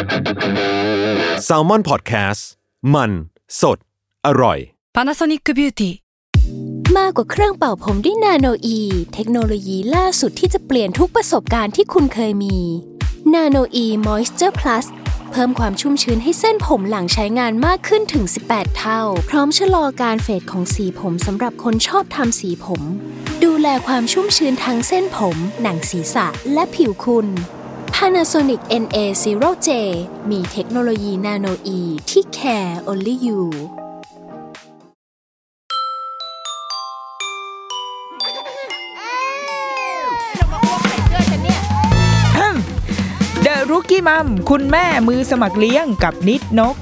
Salmon Podcast มันสดอร่อย Panasonic Beauty มากกว่าเครื่องเป่าผมด้วยนาโนอีเทคโนโลยีล่าสุดที่จะเปลี่ยนทุกประสบการณ์ที่คุณเคยมีนาโนอีมอยส์เจอร์พลัสเพิ่มความชุ่มชื้นให้เส้นผมหลังใช้งานมากขึ้นถึง18เท่าพร้อมชะลอการเฟดของสีผมสำหรับคนชอบทำสีผมดูแลความชุ่มชื้นทั้งเส้นผมหนังศีรษะและผิวคุณ Panasonic NA0J มีเทคโนโลยีนาโนอีที่ care only you The Rookie Mom คุณแม่มือสมัครเลี้ยงกับนิดนก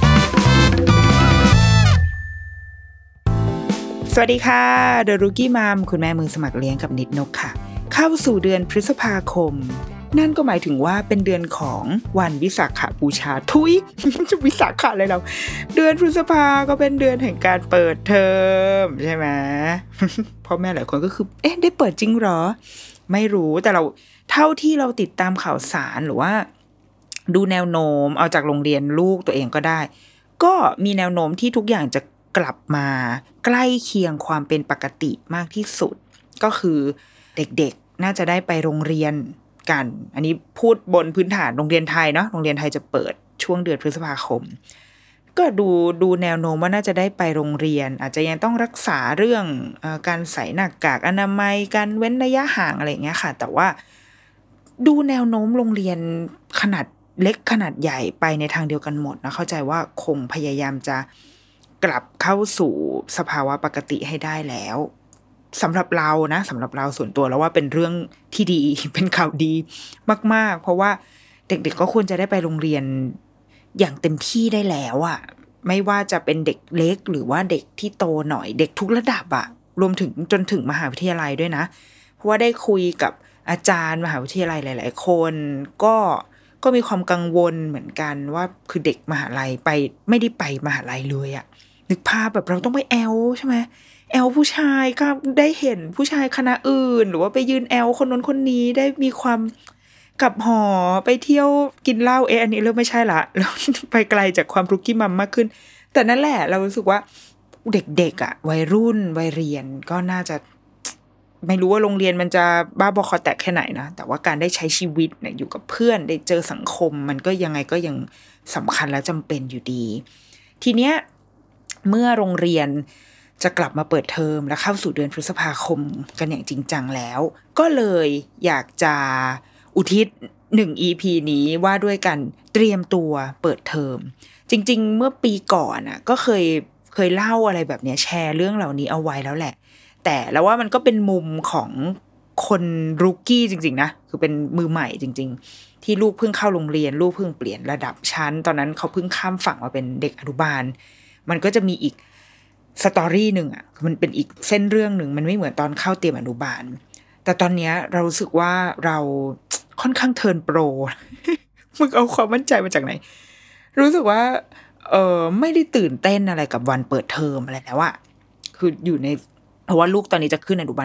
สวัสดีค่ะ The Rookie Mom คุณแม่มือสมัครเลี้ยงกับนิดนกค่ะเข้าสู่เดือนพฤษภาคมนั่นก็หมายถึงว่าเป็นเดือนของวันวิสาขบูชาทุย จะวิสาขะอะไรเราเดือนพฤษภาก็เป็นเดือนแห่งการเปิดเทอมใช่ไหม พ่อแม่หลายคนก็คือได้เปิดจริงเหรอไม่รู้แต่เราเท่าที่เราติดตามข่าวสารหรือว่าดูแนวโน้มเอาจากโรงเรียนลูกตัวเองก็ได้ก็มีแนวโน้มที่ทุกอย่างจะกลับมาใกล้เคียงความเป็นปกติมากที่สุดก็คือเด็กๆน่าจะได้ไปโรงเรียนกันอันนี้พูดบนพื้นฐานโรงเรียนไทยเนาะโรงเรียนไทยจะเปิดช่วงเดือนพฤษภาคมก็ดูแนวโน้มว่าน่าจะได้ไปโรงเรียนอาจจะยังต้องรักษาเรื่องการใส่หน้ากากอนามัยการเว้นระยะห่างอะไรอย่างเงี้ยค่ะแต่ว่าดูแนวโน้มโรงเรียนขนาดเล็กขนาดใหญ่ไปในทางเดียวกันหมดนะเข้าใจว่าคงพยายามจะกลับเข้าสู่สภาวะปกติให้ได้แล้วสำหรับเรานะสำหรับเราส่วนตัวแล้วว่าเป็นเรื่องที่ดี เป็นข่าวดีมากๆเพราะว่าเด็กๆ ก็ควรจะได้ไปโรงเรียนอย่างเต็มที่ได้แล้วอ่ะไม่ว่าจะเป็นเด็กเล็กหรือว่าเด็กที่โตหน่อยเด็กทุกระดับอ่ะรวมถึงจนถึงมหาวิทยาลัยด้วยนะเพราะว่าได้คุยกับอาจารย์มหาวิทยาลัยหลายๆคนก็มีความกังวลเหมือนกันว่าคือเด็กมหาลัยไปไม่ได้ไปมหาลัยเลยอ่ะนึกภาพแบบเราต้องไปแอลใช่ไหมแอลผู้ชายก็ได้เห็นผู้ชายคณะอื่นหรือว่าไปยืนแอลคนนั้นคนนี้ได้มีความกับหอไปเที่ยวกินเหล้าอันนี้เริ่มไม่ใช่ละแล้วไปไกลจากความรุกกี้มัมมากขึ้นแต่นั่นแหละเรารู้สึกว่าเด็กๆอ่ะวัยรุ่นวัยเรียนก็น่าจะไม่รู้ว่าโรงเรียนมันจะบ้าบอคอแตกแค่ไหนนะแต่ว่าการได้ใช้ชีวิตเนี่ยอยู่กับเพื่อนได้เจอสังคมมันก็ยังไงก็ยังสำคัญและจำเป็นอยู่ดีทีเนี้ยเมื่อโรงเรียนจะกลับมาเปิดเทอมและเข้าสู่เดือนพฤษภาคมกันอย่างจริงจังแล้วก็เลยอยากจะอุทิศ1 EP นี้ว่าด้วยกันเตรียมตัวเปิดเทอมจริงๆเมื่อปีก่อนน่ะก็เคยเล่าอะไรแบบนี้แชร์เรื่องเหล่านี้เอาไว้แล้วแหละแต่แล้วว่ามันก็เป็นมุมของคนรูกี้จริงๆนะคือเป็นมือใหม่จริงๆที่ลูกเพิ่งเข้าโรงเรียนลูกเพิ่งเปลี่ยนระดับชั้นตอนนั้นเขาเพิ่งข้ามฝั่งมาเป็นเด็กอนุบาลมันก็จะมีอีกสตอรี่หนึ่งอ่ะมันเป็นอีกเส้นเรื่องหนึ่งมันไม่เหมือนตอนเข้าเตรียมอนุบาลแต่ตอนนี้เรารู้สึกว่าเราค่อนข้างเทิร์นโปร มึงเอาความมั่นใจมาจากไหนรู้สึกว่าไม่ได้ตื่นเต้นอะไรกับวันเปิดเทอมอะไรแล้วอะคืออยู่ในเพราะว่าลูกตอนนี้จะขึ้นอนุบาล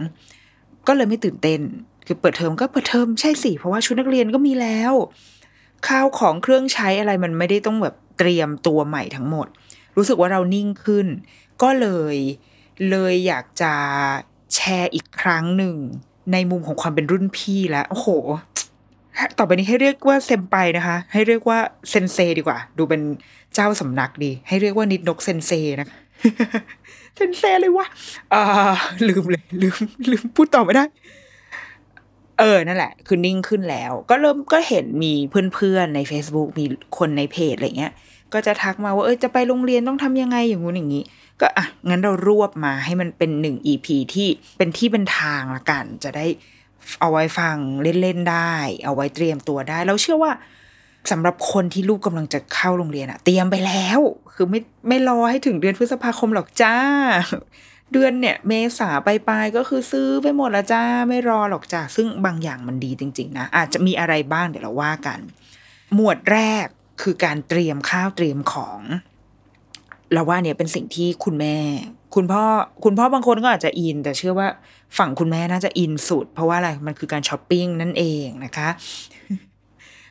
2ก็เลยไม่ตื่นเต้นคือเปิดเทอมก็เปิดเทอมใช่สิเพราะว่าชุดนักเรียนก็มีแล้วข้าวของเครื่องใช้อะไรมันไม่ได้ต้องแบบเตรียมตัวใหม่ทั้งหมดรู้สึกว่าเรานิ่งขึ้นก็เลยอยากจะแชร์อีกครั้งหนึ่งในมุมของความเป็นรุ่นพี่แล้วโอ้โหต่อไปนี้ให้เรียกว่าเซมไปนะคะให้เรียกว่าเซนเซดีกว่าดูเป็นเจ้าสำนักดีให้เรียกว่านิดนกเซนเซนะคะ เซนเซเลยวะลืมพูดต่อไม่ได้นั่นแหละคือนิ่งขึ้นแล้วก็เห็นมีเพื่อนๆใน Facebook มีคนในเพจอะไรเงี้ยก็จะทักมาว่าจะไปโรงเรียนต้องทำยังไงอย่างงู้นอย่างนี้ก็งั้นเรารวบมาให้มันเป็น1 EP ที่เป็นทางละกันจะได้เอาไว้ฟังเล่นๆได้เอาไว้เตรียมตัวได้เราเชื่อว่าสำหรับคนที่ลูกกำลังจะเข้าโรงเรียนเตรียมไปแล้วคือไม่รอให้ถึงเดือนพฤษภาคมหรอกจ้าเดือนเนี่ยเมษาปลายๆก็คือซื้อไปหมดแล้วจ้าไม่รอหรอกจ้าซึ่งบางอย่างมันดีจริงๆนะอาจจะมีอะไรบ้างเดี๋ยวเราว่ากันหมวดแรกคือการเตรียมข้าวเตรียมของเราว่าเนี่ยเป็นสิ่งที่คุณแม่คุณพ่อบางคนก็อาจจะอินแต่เชื่อว่าฝั่งคุณแม่น่าจะอินสุดเพราะว่าอะไรมันคือการช้อปปิ้งนั่นเองนะคะ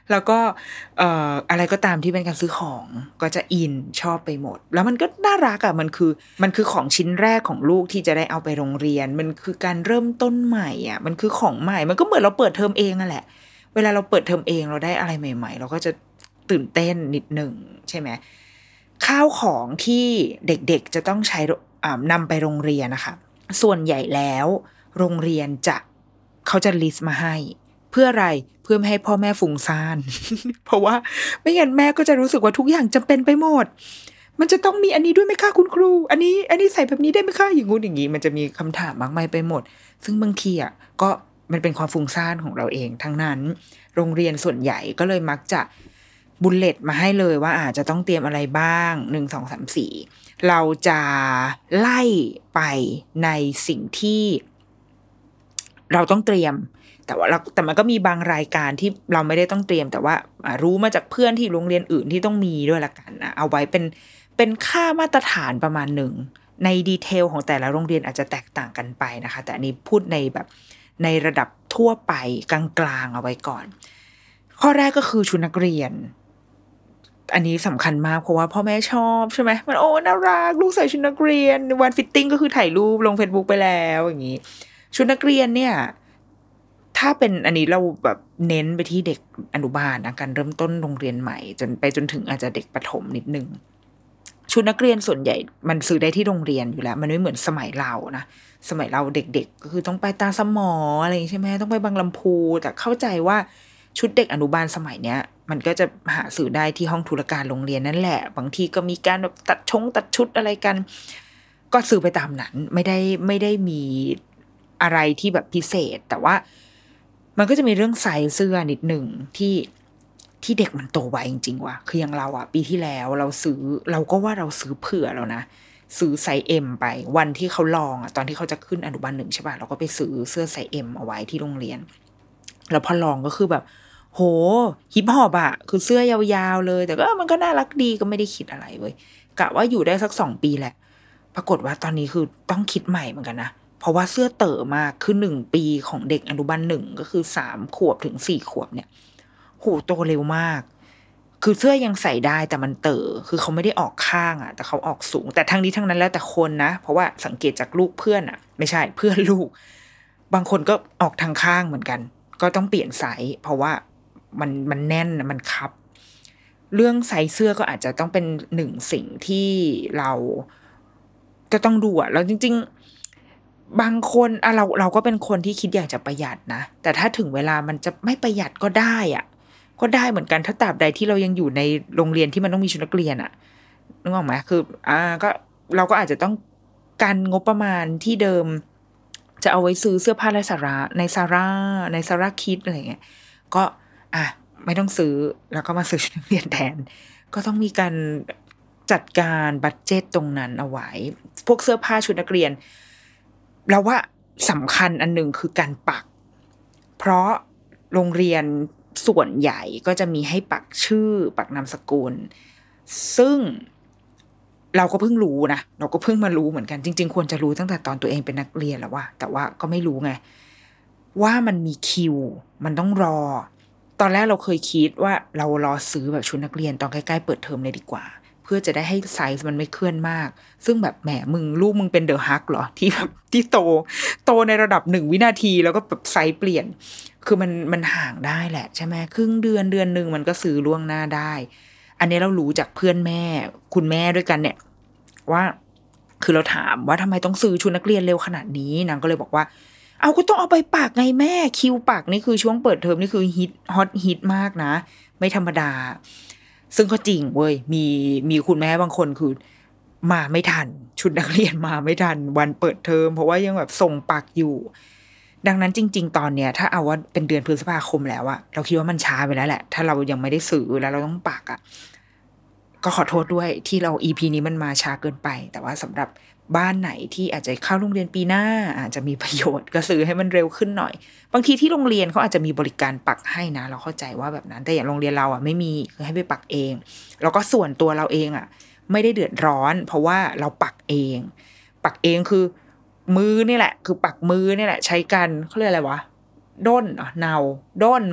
แล้วก็อะไรก็ตามที่เป็นการซื้อของก็จะอินชอบไปหมดแล้วมันก็น่ารักอ่ะมันคือของชิ้นแรกของลูกที่จะได้เอาไปโรงเรียนมันคือการเริ่มต้นใหม่อ่ะมันคือของใหม่มันก็เหมือนเราเปิดเทอมเองอ่ะแหละเวลาเราเปิดเทอมเองเราได้อะไรใหม่ๆเราก็จะตื่นเต้นนิดหนึ่งใช่ไหมข้าวของที่เด็กๆจะต้องใช้นำไปโรงเรียนนะคะส่วนใหญ่แล้วโรงเรียนเขาจะลิสต์มาให้เพื่ออะไรเพื่อไม่ให้พ่อแม่ฟุ้งซ่าน เพราะว่าไม่งั้นแม่ก็จะรู้สึกว่าทุกอย่างจำเป็นไปหมดมันจะต้องมีอันนี้ด้วยไหมคะคุณครูอันนี้ใส่แบบนี้ได้ไหมคะอย่างงู้นอย่างงี้มันจะมีคำถามมากมายไปหมดซึ่งบางทีอ่ะก็มันเป็นความฟุ้งซ่านของเราเองทั้งนั้นโรงเรียนส่วนใหญ่ก็เลยมักจะบุลเลตมาให้เลยว่าอาจจะต้องเตรียมอะไรบ้าง1 2 3 4เราจะไล่ไปในสิ่งที่เราต้องเตรียมแต่มันก็มีบางรายการที่เราไม่ได้ต้องเตรียมแต่ว่ารู้มาจากเพื่อนที่โรงเรียนอื่นที่ต้องมีด้วยละกันนะเอาไว้เป็นค่ามาตรฐานประมาณหนึ่งในดีเทลของแต่ละโรงเรียนอาจจะแตกต่างกันไปนะคะแต่อันนี้พูดในระดับทั่วไปกลางๆเอาไว้ก่อนข้อแรกก็คือชุดนักเรียนอันนี้สำคัญมากเพราะว่าพ่อแม่ชอบใช่ไหมมันน่ารักลูกใส่ชุดนักเรียนวันฟิตติ้งก็คือถ่ายรูปลง Facebook ไปแล้วอย่างนี้ชุดนักเรียนเนี่ยถ้าเป็นอันนี้เราแบบเน้นไปที่เด็กอนุบาลนะการเริ่มต้นโรงเรียนใหม่จนถึงอาจจะเด็กประถมนิดนึงชุดนักเรียนส่วนใหญ่มันซื้อได้ที่โรงเรียนอยู่แล้วมันไม่เหมือนสมัยเรานะสมัยเราเด็กๆก็คือต้องไปตาสมออะไรใช่ไหมต้องไปบางลำพูแต่เข้าใจว่าชุดเด็กอนุบาลสมัยเนี้ยมันก็จะหาซื้อได้ที่ห้องธุรการโรงเรียนนั่นแหละบางทีก็มีการแบบตัดชุดอะไรกันก็ซื้อไปตามนั้นไม่ได้มีอะไรที่แบบพิเศษแต่ว่ามันก็จะมีเรื่องไซส์เสื้อนิดหนึ่งที่เด็กมันโตไวจริงๆว่ะคืออย่างเราอ่ะปีที่แล้วเราซื้อเผื่อแล้วนะซื้อไซส์ M ไปวันที่เขาลองอ่ะตอนที่เขาจะขึ้นอนุบาล1ใช่ป่ะเราก็ไปซื้อเสื้อไซส์ M เอาไว้ที่โรงเรียนแล้วพอลองก็คือแบบโหฮิปฮอปอ่ะคือเสื้อยาวๆเลยแต่ก็มันก็น่ารักดีก็ไม่ได้คิดอะไรเว้ยกะว่าอยู่ได้สัก2 ปีแหละปรากฏว่าตอนนี้คือต้องคิดใหม่เหมือนกันนะเพราะว่าเสื้อเต๋อมากคือ1 ปีของเด็กอนุบาล1ก็คือ3 ขวบถึง4 ขวบเนี่ยโหโตเร็วมากคือเสื้อยังใส่ได้แต่มันเต๋อคือเขาไม่ได้ออกข้างอ่ะแต่เขาออกสูงแต่ทั้งนี้ทั้งนั้นแล้วแต่คนนะเพราะว่าสังเกตจากลูกเพื่อนอ่ะไม่ใช่เพื่อนลูกบางคนก็ออกทางข้างเหมือนกันก็ต้องเปลี่ยนไซส์เพราะว่ามันแน่นมันคับเรื่องไซส์เสื้อก็อาจจะต้องเป็น1 สิ่งที่เราก็ต้องดูอ่ะแล้วจริงๆบางคนเราก็เป็นคนที่คิดอยากจะประหยัดนะแต่ถ้าถึงเวลามันจะไม่ประหยัดก็ได้อ่ะก็ได้เหมือนกันถ้าตราบใดที่เรายังอยู่ในโรงเรียนที่มันต้องมีชุดนักเรียนอ่ะนึกออกไหมคือก็เราก็อาจจะต้องการงบประมาณที่เดิมจะเอาไว้ซื้อเสื้อผ้าไร้สาระในซาร่าคิดอะไรเงี้ยก็ไม่ต้องซื้อแล้วก็มาซื้อชุดนักเรียนแทนก็ต้องมีการจัดการบัดเจ็ตตรงนั้นเอาไว้พวกเสื้อผ้าชุดนักเรียนเราว่าสำคัญอันนึงคือการปักเพราะโรงเรียนส่วนใหญ่ก็จะมีให้ปักชื่อปักนามสกุลซึ่งเราก็เพิ่งรู้นะเราก็เพิ่งมารู้เหมือนกันจริงๆควรจะรู้ตั้งแต่ตอนตัวเองเป็นนักเรียนแล้วว่าแต่ว่าก็ไม่รู้ไงว่ามันมีคิวมันต้องรอตอนแรกเราเคยคิดว่าเรารอซื้อแบบชุดนักเรียนตอนใกล้ๆเปิดเทอมเลยดีกว่าเพื่อจะได้ให้ไซส์มันไม่เคลื่อนมากซึ่งแบบแหมลูกมึงเป็นเดอะฮักเหรอที่แบบที่โตในระดับ1 วินาทีแล้วก็แบบไซส์เปลี่ยนคือมันห่างได้แหละใช่ไหมครึ่งเดือนนึงมันก็ซื้อล่วงหน้าได้อันนี้เรารู้จากเพื่อนแม่คุณแม่ด้วยกันเนี่ยว่าคือเราถามว่าทำไมต้องซื้อชุดนักเรียนเร็วขนาดนี้นางก็เลยบอกว่าเอาก็ต้องเอาไปปักไงแม่คิวปักนี่คือช่วงเปิดเทอมนี่คือฮอตฮิตมากนะไม่ธรรมดาซึ่งก็จริงเว้ยมีคุณแม่บางคนคือมาไม่ทันชุดนักเรียนมาไม่ทันวันเปิดเทอมเพราะว่ายังแบบส่งปักอยู่ดังนั้นจริงๆตอนเนี้ยถ้าเอาว่าเป็นเดือนพฤษภาคมแล้วอะเราคิดว่ามันช้าไปแล้วแหละถ้าเรายังไม่ได้ซื้อแล้วเราต้องปักอะก็ขอโทษด้วยที่เรา EP นี้มันมาช้าเกินไปแต่ว่าสำหรับบ้านไหนที่อาจจะเข้าโรงเรียนปีหน้าอาจจะมีประโยชน์ก็ซื้อให้มันเร็วขึ้นหน่อยบางทีที่โรงเรียนเขาอาจจะมีบริการปักให้นะเราเข้าใจว่าแบบนั้นแต่อย่างโรงเรียนเราอ่ะไม่มีคือให้ไปปักเองแล้วก็ส่วนตัวเราเองอ่ะไม่ได้เดือดร้อนเพราะว่าเราปักเองคือมือนี่แหละคือปักมือนี่แหละใช้กันเขาเรียกอะไรวะด้นเนาด้นมั้ง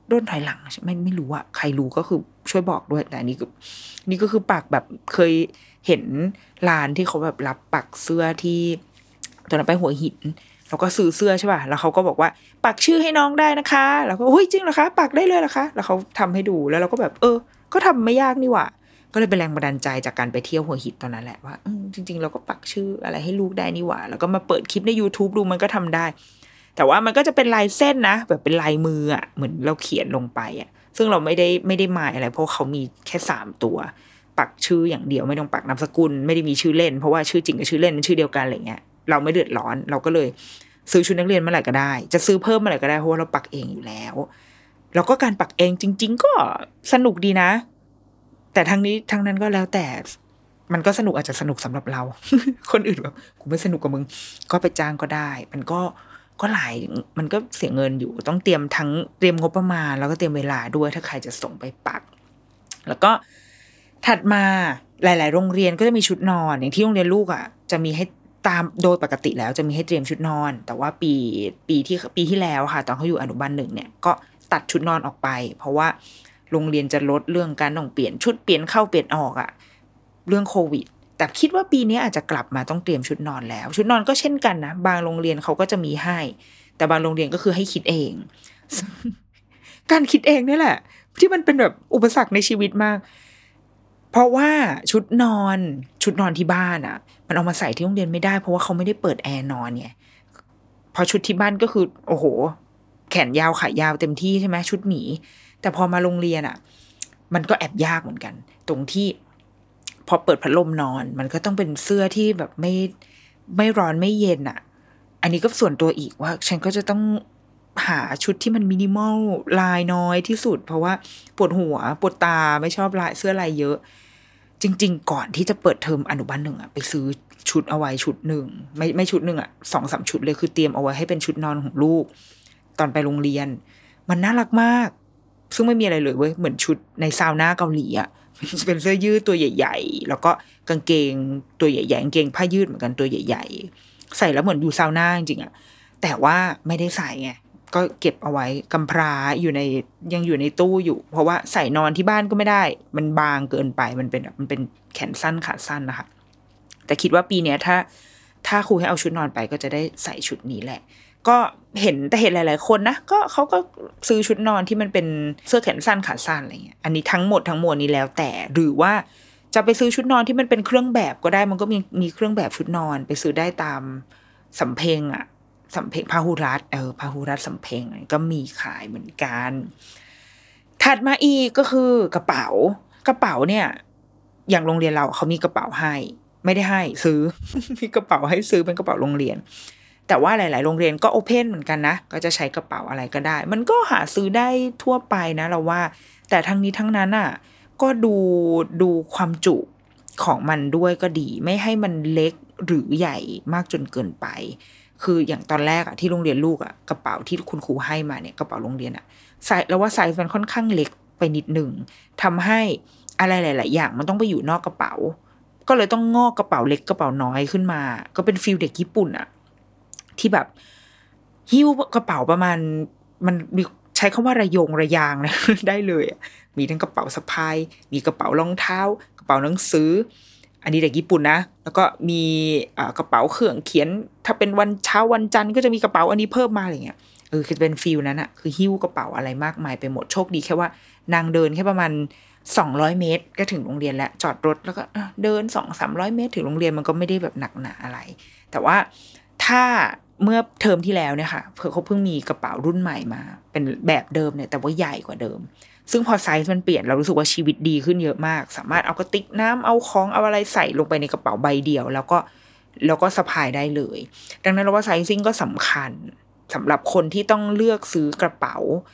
โดนถอยหลังไม่รู้อะใครรู้ก็คือช่วยบอกด้วยแต่นี่ก็คือปักแบบเคยเห็นร้านที่เขาแบบรับปักเสื้อที่ตอนนั้นไปหัวหินแล้วก็ซื้อเสื้อใช่ป่ะแล้วเขาก็บอกว่าปักชื่อให้น้องได้นะคะแล้วก็โอ้ยจริงเหรอคะปักได้เลยเหรอคะแล้วเขาทำให้ดูแล้วเราก็แบบก็ทำไม่ยากนี่หว่าก็เลยเป็นแรงบันดาลใจจากการไปเที่ยวหัวหินตอนนั้นแหละว่าจริงๆเราก็ปักชื่ออะไรให้ลูกได้นี่หว่าแล้วก็มาเปิดคลิปใน YouTube ดูมันก็ทำได้แต่ว่ามันก็จะเป็นลายเส้นนะแบบเป็นลายมืออ่ะเหมือนเราเขียนลงไปอ่ะซึ่งเราไม่ได้หมายอะไรเพราะเขามีแค่3ตัวปักชื่ออย่างเดียวไม่ต้องปักนามสกุลไม่ได้มีชื่อเล่นเพราะว่าชื่อจริงกับชื่อเล่นมันชื่อเดียวกันอะไรเงี้ยเราไม่เดือดร้อนเราก็เลยซื้อชุดนักเรียนเมื่อไหร่ก็ได้จะซื้อเพิ่มเมื่อไหร่ก็ได้เพราะว่าเราปักเองอยู่แล้วแล้วก็การปักเองจริงๆก็สนุกดีนะแต่ทั้งนั้นก็แล้วแต่มันก็สนุกอาจจะสนุกสำหรับเรา คนอื่นแบบกูไม่สนุกกับมึงก็ไปจ้างก็ได้มันก็หลายมันก็เสียเงินอยู่ต้องเตรียมงบประมาณแล้วก็เตรียมเวลาด้วยถ้าใครจะส่งไปปักแล้วก็ถัดมาหลายๆโรงเรียนก็จะมีชุดนอนอย่างที่โรงเรียนลูกอ่ะจะมีให้ตามโดยปกติแล้วจะมีให้เตรียมชุดนอนแต่ว่าปีที่แล้วค่ะตอนเขาอยู่อนุบาล1เนี่ยก็ตัดชุดนอนออกไปเพราะว่าโรงเรียนจะลดเรื่องการต้องเปลี่ยนชุดเปลี่ยนเข้าเปลี่ยนออกอ่ะเรื่องโควิดแต่คิดว่าปีนี้อาจจะกลับมาต้องเตรียมชุดนอนแล้วชุดนอนก็เช่นกันนะบางโรงเรียนเขาก็จะมีให้แต่บางโรงเรียนก็คือให้คิดเอง การคิดเองนี่แหละที่มันเป็นแบบอุปสรรคในชีวิตมากเพราะว่าชุดนอนที่บ้านอ่ะมันเอามาใส่ที่โรงเรียนไม่ได้เพราะว่าเขาไม่ได้เปิดแอร์นอนไงพอชุดที่บ้านก็คือโอ้โหแขนยาวขายาวเต็มที่ใช่ไหมชุดหมีแต่พอมาโรงเรียนอ่ะมันก็แอบยากเหมือนกันตรงที่พอเปิดพัดลมนอนมันก็ต้องเป็นเสื้อที่แบบไม่ร้อนไม่เย็นอ่ะอันนี้ก็ส่วนตัวอีกว่าฉันก็จะต้องหาชุดที่มันมินิมอลลายน้อยที่สุดเพราะว่าปวดหัวปวดตาไม่ชอบลายเสื้อลายเยอะจริงๆก่อนที่จะเปิดเทอมอนุบาล1อ่ะไปซื้อชุดเอาไว้ชุดหนึ่งไม่ชุดหนึ่งอ่ะ 2-3 ชุดเลยคือเตรียมเอาไว้ให้เป็นชุดนอนของลูกตอนไปโรงเรียนมันน่ารักมากซึ่งไม่มีอะไรเลยเว้ยเหมือนชุดในซาวน่าเกาหลีอ่ะเป็นเสื้อยืดตัวใหญ่ๆแล้วก็กางเกงตัวใหญ่ๆกางเกงผ้ายืดเหมือนกันตัวใหญ่ๆใส่แล้วเหมือนอยู่ซาวน่าจริงๆอ่ะแต่ว่าไม่ได้ใส่ไงก็เก็บเอาไว้กำพร้ายังอยู่ในตู้อยู่เพราะว่าใส่นอนที่บ้านก็ไม่ได้มันบางเกินไปมันเป็นแขนสั้นขาสั้นนะคะแต่คิดว่าปีนี้ถ้าครูให้เอาชุดนอนไปก็จะได้ใส่ชุดนี้แหละก็เห็นหลายๆคนนะก็เขาก็ซื้อชุดนอนที่มันเป็นเสื้อแขนสั้นขาสั้นอะไรเงี้ยอันนี้ทั้งหมดนี้แล้วแต่หรือว่าจะไปซื้อชุดนอนที่มันเป็นเครื่องแบบก็ได้มันก็มีเครื่องแบบชุดนอนไปซื้อได้ตามสำเพ็งอ่ะสำเพ็งพหุรัตน์พหุรัตน์สำเพ็งก็มีขายเหมือนกันถัดมาอีกก็คือกระเป๋าเนี่ยอย่างโรงเรียนเราเขามีกระเป๋าให้ไม่ได้ให้ซื้อ มีกระเป๋าให้ซื้อเป็นกระเป๋าโรงเรียนแต่ว่าหลายๆโรงเรียนก็โอเพ่นเหมือนกันนะก็จะใช้กระเป๋าอะไรก็ได้มันก็หาซื้อได้ทั่วไปนะเราว่าแต่ทั้งนี้ทั้งนั้นอ่ะก็ดูความจุของมันด้วยก็ดีไม่ให้มันเล็กหรือใหญ่มากจนเกินไปคืออย่างตอนแรกอ่ะที่โรงเรียนลูกอ่ะกระเป๋าที่คุณครูให้มาเนี่ยกระเป๋าโรงเรียนอ่ะไซส์แล้วว่าไซส์มันค่อนข้างเล็กไปนิดนึงทำให้อะไรหลายๆอย่างมันต้องไปอยู่นอกกระเป๋าก็เลยต้องงอกกระเป๋าเล็กกระเป๋าน้อยขึ้นมาก็เป็นฟีลเด็กญี่ปุ่นอ่ะที่แบบหิ้วกระเป๋าประมาณมันมีใช้คำว่าระยางนะ ได้เลยมีทั้งกระเป๋าสะพายมีกระเป๋ารองเท้ากระเป๋าหนังสืออันนี้เด็กญี่ปุ่นนะแล้วก็มีกระเป๋าเครื่องเขียนถ้าเป็นวันเช้าวันจันทร์ก็จะมีกระเป๋าอันนี้เพิ่มมาอะไรเงี้ยคือเป็นฟีลนั้นอะคือหิ้วกระเป๋าอะไรมากมายไปหมดโชคดีแค่ว่านางเดินแค่ประมาณ200 เมตรก็ถึงโรงเรียนแล้วจอดรถแล้วก็เดิน 200-300 เมตรถึงโรงเรียนมันก็ไม่ได้แบบหนักหนาอะไรแต่ว่าถ้าเมื่อเทอมที่แล้วเนี่ยค่ะเขาเพิ่งมีกระเป๋ารุ่นใหม่มาเป็นแบบเดิมเนี่ยแต่ว่าใหญ่กว่าเดิมซึ่งพอไซส์มันเปลี่ยนเรารู้สึกว่าชีวิตดีขึ้นเยอะมากสามารถเอากระติกน้ำเอาของเอาอะไรใส่ลงไปในกระเป๋าใบเดียวแล้วก็สะพายได้เลยดังนั้นเราว่าไซซิ่งก็สำคัญสำหรับคนที่ต้องเลือกซื้อกระเป๋า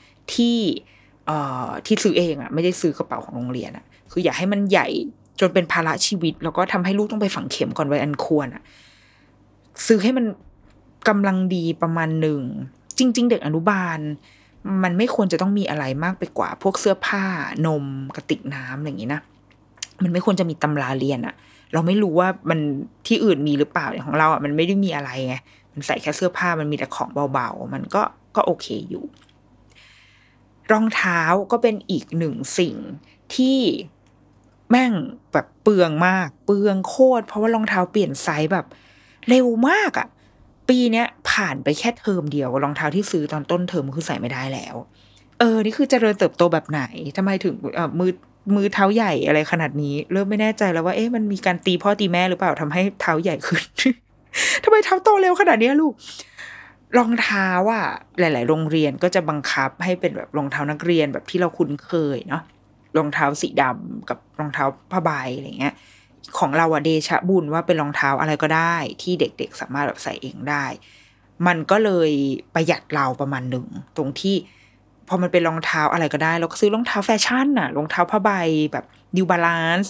ที่ซื้อเองอ่ะไม่ได้ซื้อกระเป๋าของโรงเรียนอ่ะคืออย่าให้มันใหญ่จนเป็นภาระชีวิตแล้วก็ทำให้ลูกต้องไปฝังเข็มก่อนวัยอันควรอ่ะซื้อให้มันกำลังดีประมาณหนึ่งจริงๆเด็กอนุบาลมันไม่ควรจะต้องมีอะไรมากไปกว่าพวกเสื้อผ้านมกระติกน้ำอะไรอย่างนี้นะมันไม่ควรจะมีตำราเรียนอะเราไม่รู้ว่ามันที่อื่นมีหรือเปล่าอย่างของเราอะมันไม่ได้มีอะไรไงมันใส่แค่เสื้อผ้ามันมีแต่ของเบาๆมันก็โอเคอยู่รองเท้าก็เป็นอีกหนึ่งสิ่งที่แม่งแบบเปลืองมากเปลืองโคตรเพราะว่ารองเท้าเปลี่ยนไซส์แบบเร็วมากอ่ะปีเนี้ยผ่านไปแค่เทอมเดียวรองเท้าที่ซื้อตอนต้นเทอมคือใส่ไม่ได้แล้วนี่คือเจริญเติบโตแบบไหนทำไมถึงมือเท้าใหญ่อะไรขนาดนี้เริ่มไม่แน่ใจแล้วว่ามันมีการตีพ่อตีแม่หรือเปล่าทำให้เท้าใหญ่ขึ้น ทำไมเท้าโตเร็วขนาดนี้ลูกรองเท้าอ่ะหลายๆโรงเรียนก็จะบังคับให้เป็นแบบรองเท้านักเรียนแบบที่เราคุ้นเคยเนาะรองเท้าสีดำกับรองเท้าผ้าใบอะไรเงี้ยของเราอะเดชะบุญว่าเป็นรองเท้าอะไรก็ได้ที่เด็กๆสามารถแบบใส่เองได้มันก็เลยประหยัดเราประมาณหนึ่งตรงที่พอมันเป็นรองเท้าอะไรก็ได้เราก็ซื้อรองเท้าแฟชั่นน่ะรองเท้าผ้าใบแบบ New Balance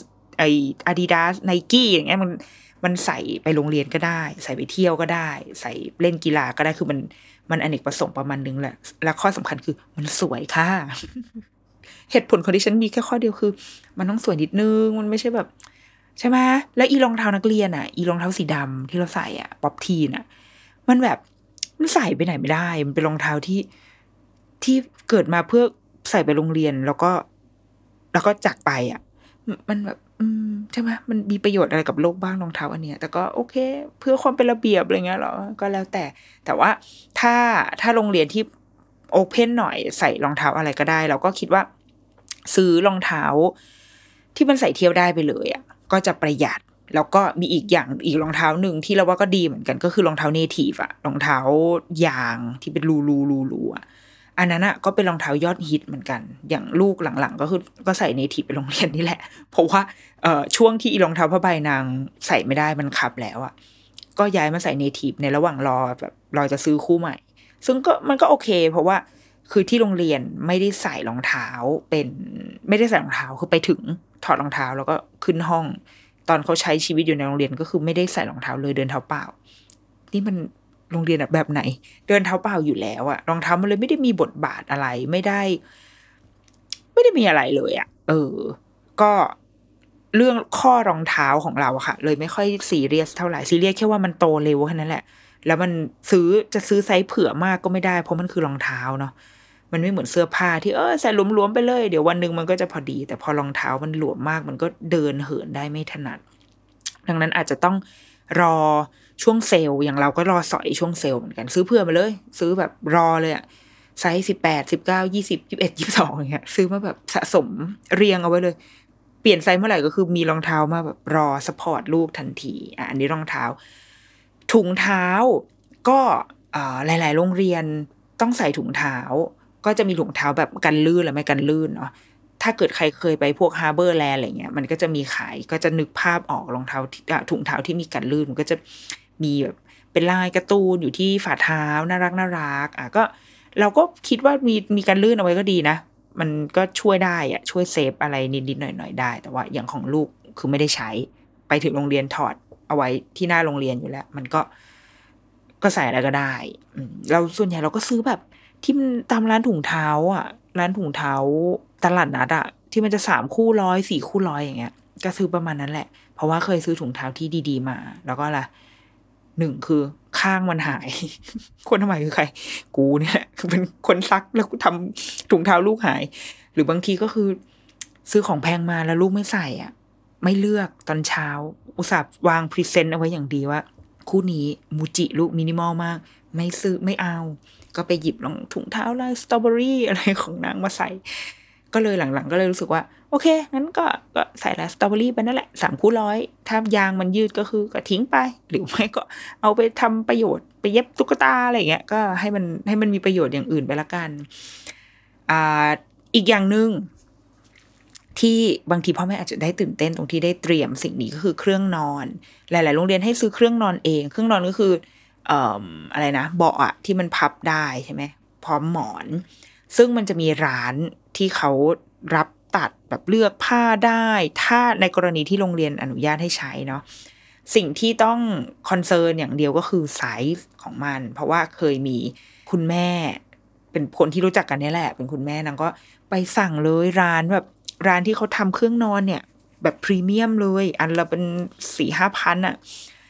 Adidas Nike อย่างเงี้ยมันใส่ไปโรงเรียนก็ได้ใส่ไปเที่ยวก็ได้ใส่เล่นกีฬาก็ได้คือมันอเนกประสงค์ประมาณนึงแหละและข้อสำคัญคือมันสวยค่ะ เหตุผลของดิฉันมีแค่ข้อเดียวคือมันต้องสวยนิดนึงมันไม่ใช่แบบใช่ไหมแล้วอีรองเท้านักเรียนอ่ะอีรองเท้าสีดำที่เราใส่อ่ะป๊อปทีนอ่ะมันแบบมันใส่ไปไหนไม่ได้มันเป็นรองเท้าที่เกิดมาเพื่อใส่ไปโรงเรียนแล้วก็จากไปอ่ะมันแบบใช่ไหมมันมีประโยชน์อะไรกับโลกบ้างรองเท้าอันเนี้ยแต่ก็โอเคเพื่อความเป็นระเบียบอะไรเงี้ยหรอก็แล้วแต่ว่าถ้าโรงเรียนที่โอเพนหน่อยใส่รองเท้าอะไรก็ได้เราก็คิดว่าซื้อรองเท้าที่มันใส่เที่ยวได้ไปเลยอ่ะก็จะประหยัดแล้วก็มีอีกรองเท้าหนึ่งที่เราว่าก็ดีเหมือนกันก็คือรองเท้าเนทีฟอะรองเท้ายางที่เป็นรูอะอันนั้นอะก็เป็นรองเท้ายอดฮิตเหมือนกันอย่างลูกหลังๆก็ใส่เนทีฟไปโรงเรียนนี่แหละเพราะว่าช่วงที่รองเท้าผ้าใบนางใส่ไม่ได้มันคับแล้วอะก็ย้ายมาใส่เนทีฟในระหว่างรอจะซื้อคู่ใหม่ซึ่งมันก็โอเคเพราะว่าคือที่โรงเรียนไม่ได้ใส่รองเท้าคือไปถึงถอดรองเท้าแล้วก็ขึ้นห้องตอนเขาใช้ชีวิตอยู่ในโรงเรียนก็คือไม่ได้ใส่รองเท้าเลยเดินเท้าเปล่านี่มันโรงเรียนแบบไหนเดินเท้าเปล่าอยู่แล้วอะรองเท้ามันเลยไม่ได้มีบทบาทอะไรไม่ได้มีอะไรเลยอะก็เรื่องข้อรองเท้าของเราอะค่ะเลยไม่ค่อยซีเรียสเท่าไหร่ซีเรียสแค่ว่ามันโตเร็วแค่นั้นแหละแล้วมันจะซื้อไซส์เผื่อมากก็ไม่ได้เพราะมันคือรองเท้าเนาะมันไม่เหมือนเสื้อผ้าที่ใส่หลวมๆไปเลยเดี๋ยววันนึงมันก็จะพอดีแต่พอรองเท้ามันหลวมมากมันก็เดินเหินได้ไม่ถนัดดังนั้นอาจจะต้องรอช่วงเซลล์อย่างเราก็รอสอยช่วงเซลล์เหมือนกันซื้อเผื่อมาเลยซื้อแบบรอเลยอะไซส์18 19 20 21 22อย่างเงี้ยซื้อมาแบบสะสมเรียงเอาไว้เลยเปลี่ยนไซส์เมื่อไหร่ก็คือมีรองเท้ามาแบบรอซัพพอร์ตลูกทันทีอันนี้รองเท้าถุงเท้าก็หลายๆโรงเรียนต้องใส่ถุงเท้าก็จะมีถุงเท้าแบบกันลื่นหรือไม่กันลื่นเนาะถ้าเกิดใครเคยไปพวกฮาร์เบอร์แลนด์อะไรเงี้ยมันก็จะมีขายก็จะนึกภาพออกรองเท้าถุงเท้าที่มีกันลื่นมันก็จะมีแบบเป็นลายการ์ตูนอยู่ที่ฝ่าเท้าน่ารักก็เราก็คิดว่ามีกันลื่นเอาไว้ก็ดีนะมันก็ช่วยได้อะช่วยเซฟอะไรนิดๆหน่อยๆได้แต่ว่าอย่างของลูกคือไม่ได้ใช้ไปถึงโรงเรียนถอดเอาไว้ที่หน้าโรงเรียนอยู่แล้วมันก็ใส่อะไรก็ได้เราส่วนใหญ่เราก็ซื้อแบบที่มันตามร้านถุงเท้าร้านถุงเท้าตลาดนัดที่มันจะ3 คู่ 100 4 คู่ 100อย่างเงี้ยก็ซื้อประมาณนั้นแหละเพราะว่าเคยซื้อถุงเท้าที่ดีๆมาแล้วก็1คือข้างมันหาย คนทำไมคือใครกูเนี่ยแหละคือเป็นคนซักแล้วทำถุงเท้าลูกหายหรือบางทีก็คือซื้อของแพงมาแล้วลูกไม่ใส่ไม่เลือกตอนเช้าอุตส่าห์วางพรีเซนต์เอาไว้อย่างดีว่าคู่นี้มูจิลูกมินิมอลมากไม่ซื้อไม่เอาก็ไปหยิบรองถุงเท้าลายสตรอเบอรี่อะไรของนางมาใส่ก็เลยหลังๆก็เลยรู้สึกว่าโอเคงั้นก็ใส่ลายสตรอเบอรี่ไปนั่นแหละ3 คู่ 100ถ้ายางมันยืดก็คือก็ทิ้งไปหรือไม่ก็เอาไปทำประโยชน์ไปเย็บตุ๊กตาอะไรอย่างเงี้ยก็ให้มันมีประโยชน์อย่างอื่นไปละกันอีกอย่างนึงที่บางทีพ่อแม่อาจจะได้ตื่นเต้นตรงที่ได้เตรียมสิ่งนี้ก็คือเครื่องนอนหลายๆโรงเรียนให้ซื้อเครื่องนอนเองเครื่องนอนก็คืออะไรนะเบาะที่มันพับได้ใช่ไหมพร้อมหมอนซึ่งมันจะมีร้านที่เขารับตัดแบบเลือกผ้าได้ถ้าในกรณีที่โรงเรียนอนุญาตให้ใช้เนาะสิ่งที่ต้องคอนเซิร์นอย่างเดียวก็คือไซส์ของมันเพราะว่าเคยมีคุณแม่เป็นคนที่รู้จักกันนี่แหละเป็นคุณแม่นางก็ไปสั่งเลยร้านที่เขาทำเครื่องนอนเนี่ยแบบพรีเมียมเลยอันละเป็น 4-5 พันไป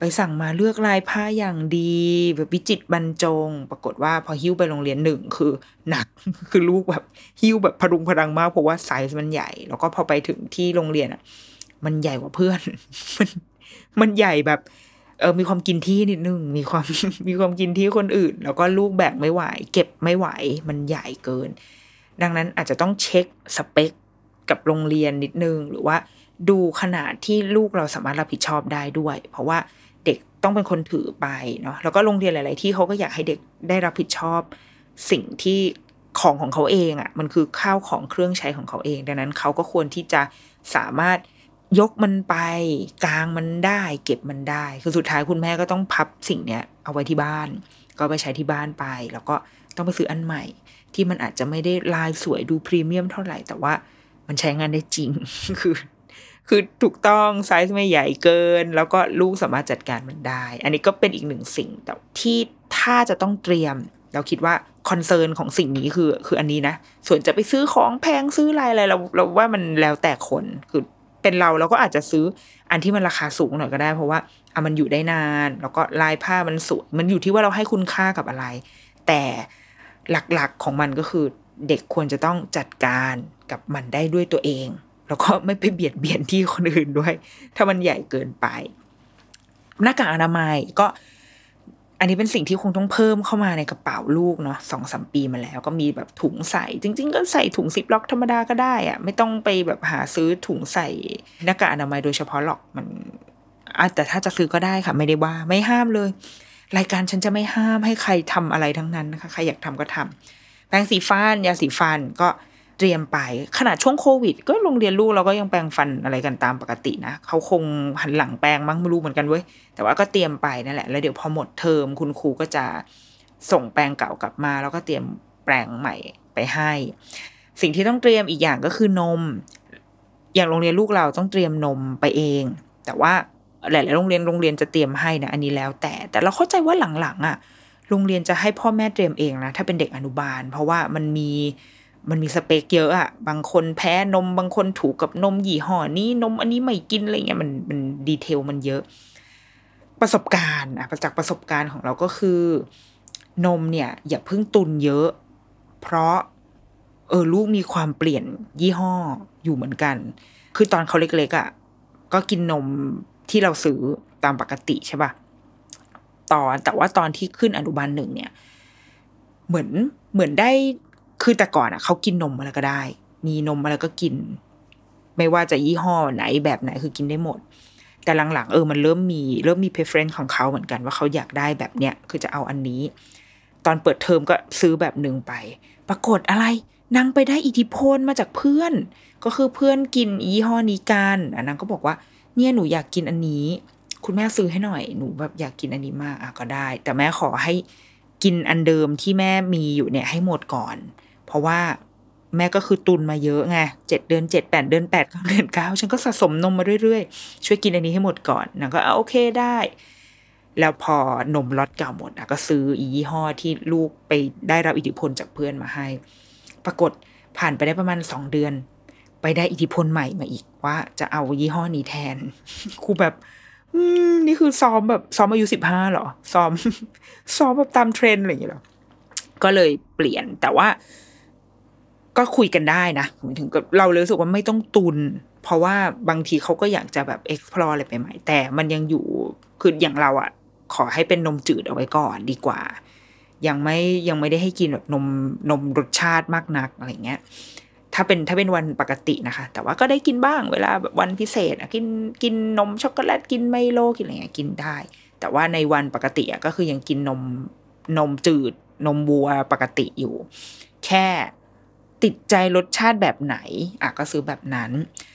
ไปสั่งมาเลือกลายผ้าอย่างดีแบบวิจิตรบรรจงปรากฏว่าพอหิ้วไปโรงเรียนหนึ่งคือหนัก คือลูกแบบหิ้วแบบพรุงพรังมากเพราะว่าไซส์มันใหญ่แล้วก็พอไปถึงที่โรงเรียนอ่ะมันใหญ่กว่าเพื่อน มันใหญ่แบบมีความกินที่นิดนึงมีความ มีความกินที่คนอื่นแล้วก็ลูกแบกไม่ไหวเก็บไม่ไหวมันใหญ่เกินดังนั้นอาจจะต้องเช็คสเปคกับโรงเรียนนิดนึงหรือว่าดูขนาดที่ลูกเราสามารถรับผิดชอบได้ด้วยเพราะว่าเด็กต้องเป็นคนถือไปเนาะแล้วก็โรงเรียนหลายๆที่เขาก็อยากให้เด็กได้รับผิดชอบสิ่งที่ของเขาเองอ่ะมันคือข้าวของเครื่องใช้ของเขาเองดังนั้นเขาก็ควรที่จะสามารถยกมันไปกางมันได้เก็บมันได้คือสุดท้ายคุณแม่ก็ต้องพับสิ่งเนี้ยเอาไว้ที่บ้านก็ไปใช้ที่บ้านไปแล้วก็ต้องไปซื้ออันใหม่ที่มันอาจจะไม่ได้ลายสวยดูพรีเมียมเท่าไหร่แต่ว่ามันใช้งานได้จริง คือถูกต้องไซส์ไม่ใหญ่เกินแล้วก็ลูกสามารถจัดการมันได้อันนี้ก็เป็นอีกหนึ่งสิ่งแต่ที่ถ้าจะต้องเตรียมเราคิดว่าคอนเซิร์นของสิ่งนี้คืออันนี้นะส่วนจะไปซื้อของแพงซื้ออะไรเราว่ามันแล้วแต่คนคือเป็นเราก็อาจจะซื้ออันที่มันราคาสูงหน่อยก็ได้เพราะว่ามันอยู่ได้นานแล้วก็ลายผ้ามันสวยมันอยู่ที่ว่าเราให้คุณค่ากับอะไรแต่หลักๆของมันก็คือเด็กควรจะต้องจัดการกับมันได้ด้วยตัวเองแล้วก็ไม่ไปเบียดเบียนที่คนอื่นด้วยถ้ามันใหญ่เกินไปหน้ากากอนามัยก็อันนี้เป็นสิ่งที่คงต้องเพิ่มเข้ามาในกระเป๋าลูกเนาะ 2-3 ปีมาแล้วก็มีแบบถุงใส่จริงๆก็ใส่ถุงซิปล็อกธรรมดาก็ได้อะไม่ต้องไปแบบหาซื้อถุงใส่หน้ากากอนามัยโดยเฉพาะหรอกมันแต่ถ้าจะซื้อก็ได้ค่ะไม่ได้ว่าไม่ห้ามเลยรายการฉันจะไม่ห้ามให้ใครทำอะไรทั้งนั้นนะคะใครอยากทำก็ทำแปรงสีฟันยาสีฟันก็เตรียมไปขนาดช่วงโควิดก็โรงเรียนลูกเราก็ยังแปรงฟันอะไรกันตามปกตินะเขาคงหันหลังแปรงมั้งไม่รู้เหมือนกันเว้ยแต่ว่าก็เตรียมไปนั่นแหละแล้วเดี๋ยวพอหมดเทอมคุณครูก็จะส่งแปรงเก่ากลับมาแล้วก็เตรียมแปรงใหม่ไปให้สิ่งที่ต้องเตรียมอีกอย่างก็คือนมอย่างโรงเรียนลูกเราต้องเตรียมนมไปเองแต่ว่าหลายๆโรงเรียนจะเตรียมให้นะอันนี้แล้วแต่เราเข้าใจว่าหลังๆอ่ะโรงเรียนจะให้พ่อแม่เตรียมเองนะถ้าเป็นเด็กอนุบาลเพราะว่ามันมีสเปคเยอะอ่ะบางคนแพ้นมบางคนถูกกับนมยี่ห้อนี้นมอันนี้ไม่กินอะไรเงี้ยมันดีเทลมันเยอะประสบการณ์จากประสบการณ์ของเราก็คือนมเนี่ยอย่าเพิ่งตุนเยอะเพราะลูกมีความเปลี่ยนยี่ห้ออยู่เหมือนกันคือตอนเขาเล็กๆอ่ะก็กินนมที่เราซื้อตามปกติใช่ป่ะแต่ว่าตอนที่ขึ้นอนุบาล 1เนี่ยเหมือนได้คือแต่ก่อนเขากินนมอะไรก็ได้มีนมอะไรก็กินไม่ว่าจะยี่ห้อไหนแบบไหนคือกินได้หมดแต่หลังๆมันเริ่มมี preference ของเขาเหมือนกันว่าเขาอยากได้แบบเนี้ยคือจะเอาอันนี้ตอนเปิดเทอมก็ซื้อแบบนึงไปปรากฏอะไรนางไปได้อิทธิพลมาจากเพื่อนก็คือเพื่อนกินยี่ห้อนี้กันนางก็บอกว่าเนี่ยหนูอยากกินอันนี้คุณแม่ซื้อให้หน่อยหนูแบบอยากกินอันนี้มากก็ได้แต่แม่ขอให้กินอันเดิมที่แม่มีอยู่เนี่ยให้หมดก่อนเพราะว่าแม่ก็คือตุนมาเยอะไง7 เดือน 7 8 เดือน 8 9 เดือน 9ฉันก็สะสมนมมาเรื่อยๆช่วยกินอันนี้ให้หมดก่อนนางก็โอเคได้แล้วพอนมล็อตเก่าหมดก็ซื้อยี่ห้อที่ลูกไปได้รับอิทธิพลจากเพื่อนมาให้ปรากฏผ่านไปได้ประมาณ2 เดือนไปได้อิทธิพลใหม่มาอีกว่าจะเอายี่ห้อนี้แทนครูแบบนี่คือซ้อมอายุ15เหรอซ้อมแบบตามเทรนด์อะไรอย่างเงี้ยหรอก็เลยเปลี่ยนแต่ว่าก็คุยกันได้นะหมายถึงเราเลยรู้สึกว่าไม่ต้องตุนเพราะว่าบางทีเขาก็อยากจะแบบ explore อะไรใหม่ๆแต่มันยังอยู่คืออย่างเราขอให้เป็นนมจืดเอาไว้ก่อนดีกว่ายังไม่ได้ให้กินแบบนมรสชาติมากนักอะไรเงี้ยถ้าเป็นวันปกตินะคะแต่ว่าก็ได้กินบ้างเวลาแบบวันพิเศษกินนมช็อกโกแลตกินไมโลกินอะไรเงี้ยกินได้แต่ว่าในวันปกติก็คือยังกินนมจืดนมวัวปกติอยู่แค่ติดใจรสชาติแบบไหนก็ซื้อแบบนั้น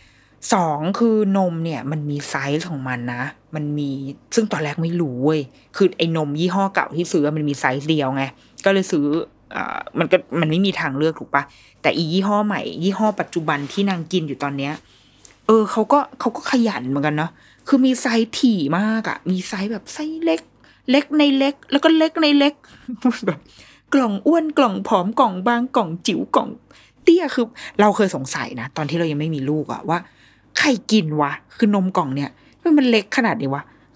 2คือนมเนี่ยมันมีไซส์ของมันนะมันมีซึ่งตอนแรกไม่รู้เว้ยคือไอ้นมยี่ห้อเก่าที่ซื้อมันมีไซส์เดียวไงก็เลยซื้อมันไม่มีทางเลือกถูกปะแต่อียี่ห้อใหม่ยี่ห้อปัจจุบันที่นางกินอยู่ตอนเนี้ยเขาก็ขยันเหมือนกันเนาะคือมีไซส์ถี่มากมีไซส์แบบไซส์เล็กในเล็กแล้วก็เล็กในเล็กแบบกล่องอ้วนกล่องผอมกล่องบางกล่องจิ๋วกล่องเตี้ยคือเราเคยสงสัยนะตอนที่เรายังไม่มีลูกว่าใครกินวะคือนมกล่องเนี่ยมันเล็กขนาดนี้วะ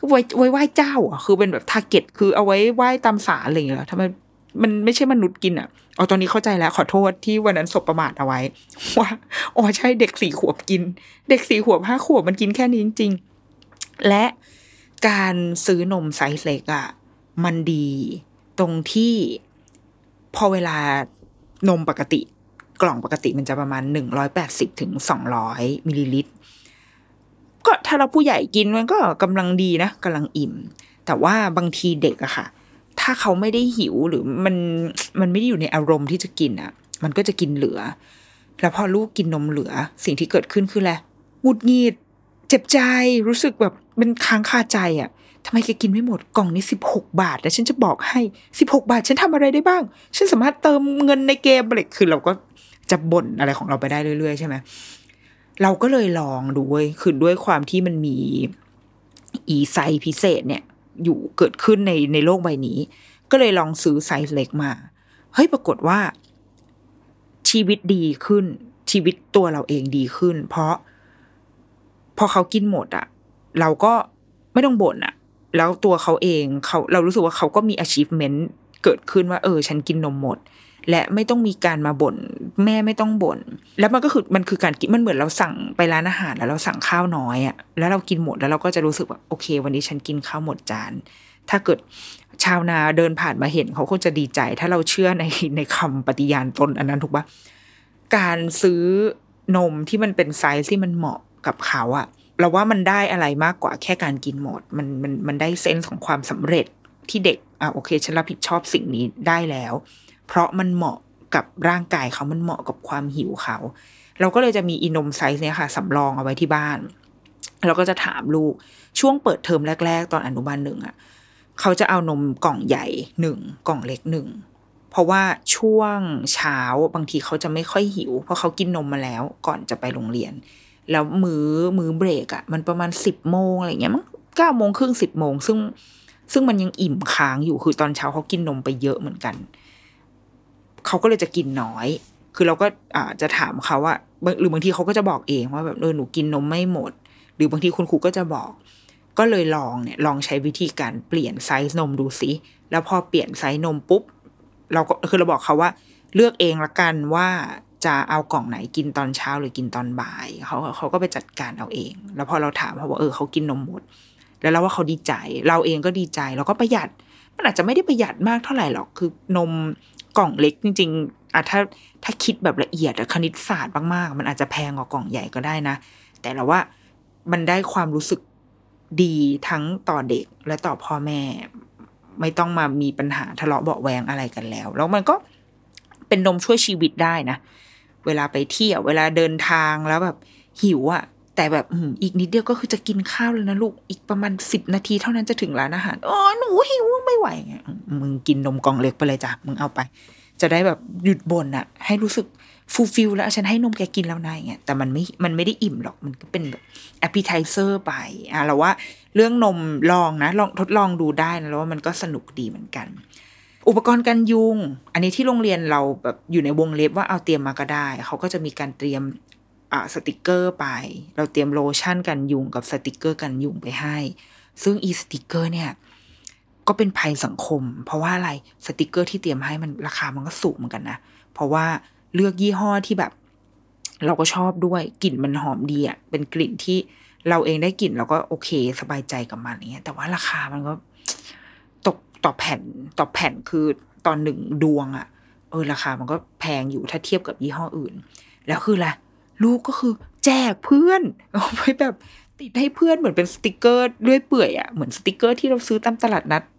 คือไว้ไหว้เจ้าอ่ะคือเป็นแบบทาร์เก็ตคือเอาไว้ไหว้ตามศาลอะไรอย่างเงี้ยทำไมมันไม่ใช่มนุษย์กินอ่ะตอนนี้เข้าใจแล้วขอโทษที่วันนั้นสบประมาทเอาไว้ว่าใช่เด็ก4 ขวบกินเด็ก4 ขวบ5 ขวบมันกินแค่นี้จริงๆและการซื้อนมไซส์เล็กอ่ะมันดีตรงที่พอเวลานมปกติกล่องปกติมันจะประมาณ180 ถึง 200 มิลลิลิตรก็ถ้าเราผู้ใหญ่กินมันก็กำลังดีนะกำลังอิ่มแต่ว่าบางทีเด็กอะค่ะถ้าเขาไม่ได้หิวหรือมันไม่ได้อยู่ในอารมณ์ที่จะกินอะมันก็จะกินเหลือแล้วพอลูกกินนมเหลือสิ่งที่เกิดขึ้นคืออะไรหงุดหงิดเจ็บใจรู้สึกแบบเป็นค้างคาใจอะทำไมแกกินไม่หมดกล่องนี้16 บาทแล้วฉันจะบอกให้16 บาทฉันทำอะไรได้บ้างฉันสามารถเติมเงินในเกมอะไรคือเราก็จะบ่นอะไรของเราไปได้เรื่อยๆใช่ไหมเราก็เลยลองดูเว้ยคือด้วยความที่มันมีไซส์พิเศษเนี่ยอยู่เกิดขึ้นในโลกใบนี้ก็เลยลองซื้อไซส์เล็กมาเฮ้ยปรากฏว่าชีวิตดีขึ้นชีวิตตัวเราเองดีขึ้นเพราะพอเขากินหมดอ่ะเราก็ไม่ต้องบ่นอ่ะแล้วตัวเขาเองเรารู้สึกว่าเขาก็มี achievement เกิดขึ้นว่าฉันกินนมหมดและไม่ต้องมีการมาบ่นแม่ไม่ต้องบ่นแล้วมันคือการกินมันเหมือนเราสั่งไปร้านอาหารแล้วเราสั่งข้าวน้อยอ่ะแล้วเรากินหมดแล้วเราก็จะรู้สึกว่าโอเควันนี้ฉันกินข้าวหมดจานถ้าเกิดชาวนาเดินผ่านมาเห็นเขาคงจะดีใจถ้าเราเชื่อในคำปฏิญาณตนอันนั้นถูกปะการซื้อนมที่มันเป็นไซส์ที่มันเหมาะกับเขาอะเราว่ามันได้อะไรมากกว่าแค่การกินหมดมันได้เซนส์ของความสำเร็จที่เด็กโอเคฉันรับผิดชอบสิ่งนี้ได้แล้วเพราะมันเหมาะกับร่างกายเขามันเหมาะกับความหิวเขาเราก็เลยจะมีนมไซส์เนี้ยค่ะสำรองเอาไว้ที่บ้านเราก็จะถามลูกช่วงเปิดเทอมแรกๆตอนอนุบาล1อะเขาจะเอานมกล่องใหญ่1กล่องเล็ก1เพราะว่าช่วงเช้าบางทีเขาจะไม่ค่อยหิวเพราะเขากินนมมาแล้วก่อนจะไปโรงเรียนแล้วมื้อเบรกอะมันประมาณ10 โมงอะไรเงี้ยมั้ง9 โมงครึ่ง10 โมงซึ่งมันยังอิ่มค้างอยู่คือตอนเช้าเขากินนมไปเยอะเหมือนกันเขาก็เลยจะกินน้อยคือเราก็จะถามเขาว่าหรือบางทีเขาก็จะบอกเองว่าแบบหนูกินนมไม่หมดหรือบางทีคุณครูก็จะบอกก็เลยลองใช้วิธีการเปลี่ยนไซส์นมดูสิแล้วพอเปลี่ยนไซส์นมปุ๊บเราบอกเขาว่าเลือกเองละกันว่าจะเอากล่องไหนกินตอนเช้าหรือกินตอนบ่ายเขาก็ไปจัดการเอาเองแล้วพอเราถามเขาว่าเขากินนมหมดแล้วเราว่าเขาดีใจเราเองก็ดีใจเราก็ประหยัดมันอาจจะไม่ได้ประหยัดมากเท่าไหร่หรอกคือนมกล่องเล็กจริงๆถ้าคิดแบบละเอียดคณิตศาสตร์มากๆมันอาจจะแพงกว่ากล่องใหญ่ก็ได้นะแต่เราว่ามันได้ความรู้สึกดีทั้งต่อเด็กและต่อพ่อแม่ไม่ต้องมามีปัญหาทะเลาะเบาะแวงอะไรกันแล้วมันก็เป็นนมช่วยชีวิตได้นะเวลาไปเที่ยวเวลาเดินทางแล้วแบบหิวแต่แบบอีกนิดเดียวก็คือจะกินข้าวแล้วนะลูกอีกประมาณ10 นาทีเท่านั้นจะถึงร้านอาหารหนูหิวไม่ไหวไงมึงกินนมกล่องเล็กไปเลยจ้ะมึงเอาไปจะได้แบบหยุดบ่นให้รู้สึกฟูลฟิลแล้วฉันให้นมแกกินแล้วนะอย่างเงี้ยแต่มันไม่ได้อิ่มหรอกมันก็เป็นแบบแอปเปิลไทเซอร์ไปเราว่าเรื่องนมลองนะลองทดลองดูได้นะแล้วว่ามันก็สนุกดีเหมือนกันอุปกรณ์กันยุงอันนี้ที่โรงเรียนเราแบบอยู่ในวงเล็บว่าเอาเตรียมมาก็ได้เขาก็จะมีการเตรียมสติกเกอร์ไปเราเตรียมโลชั่นกันยุงกับสติกเกอร์กันยุงไปให้ซึ่งสติกเกอร์เนี่ยก็เป็นภัยสังคมเพราะว่าอะไรสติกเกอร์ที่เตรียมให้มันราคามันก็สูงเหมือนกันนะเพราะว่าเลือกยี่ห้อที่แบบเราก็ชอบด้วยกลิ่นมันหอมดีเป็นกลิ่นที่เราเองได้กลิ่นเราก็โอเคสบายใจกับมันอย่างเงี้ยแต่ว่าราคามันก็ต่อแผ่นคือตอน1 ดวงราคามันก็แพงอยู่ถ้าเทียบกับยี่ห้ออื่นแล้วคืออะไรลูกก็คือแจกเพื่อนเอาไปแบบติดให้เพื่อนเหมือนเป็นสติกเกอร์เรื่อยเปื่อยเหมือนสติกเกอร์ที่เราซื้อตามตลาดนัด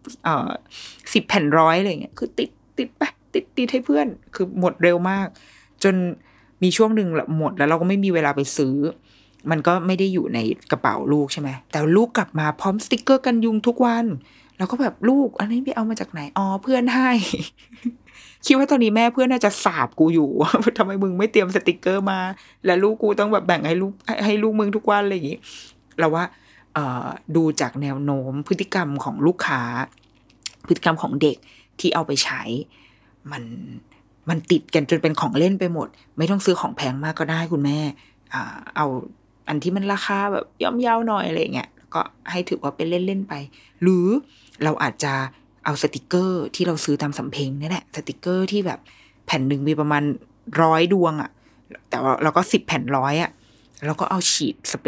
10 แผ่น100อะไรเงี้ยคือติดไปติดให้เพื่อนคือหมดเร็วมากจนมีช่วงหนึ่งหมดแล้วเราก็ไม่มีเวลาไปซื้อมันก็ไม่ได้อยู่ในกระเป๋าลูกใช่ไหมแต่ลูกกลับมาพร้อมสติกเกอร์กันยุงทุกวันแล้วก็แบบลูกอันนี้ไปเอามาจากไหนเพื่อนให้ คิดว่าตอนนี้แม่เพื่อนน่าจะสาบกูอยู่ว่าทำไมมึงไม่เตรียมสติกเกอร์มาแล้วลูกกูต้องแบบแบ่งให้ลูกมึงทุกวันอะไรอย่างงี้เราว่าดูจากแนวโน้มพฤติกรรมของลูกค้าพฤติกรรมของเด็กที่เอาไปใช้มันติดกันจนเป็นของเล่นไปหมดไม่ต้องซื้อของแพงมากก็ได้คุณแม่เอาอันที่มันราคาแบบย่อมเยาหน่อยอะไรเงี้ยก็ให้ถือว่าเป็นเล่นๆไปหรือเราอาจจะเอาสติกเกอร์ที่เราซื้อตามสำเพ็งนี่แหละสติกเกอร์ที่แบบแผ่นนึงมีประมาณ100 ดวงอ่ะแต่ว่าเราก็10 แผ่น100อ่ะแล้วก็เอาฉีดสเปร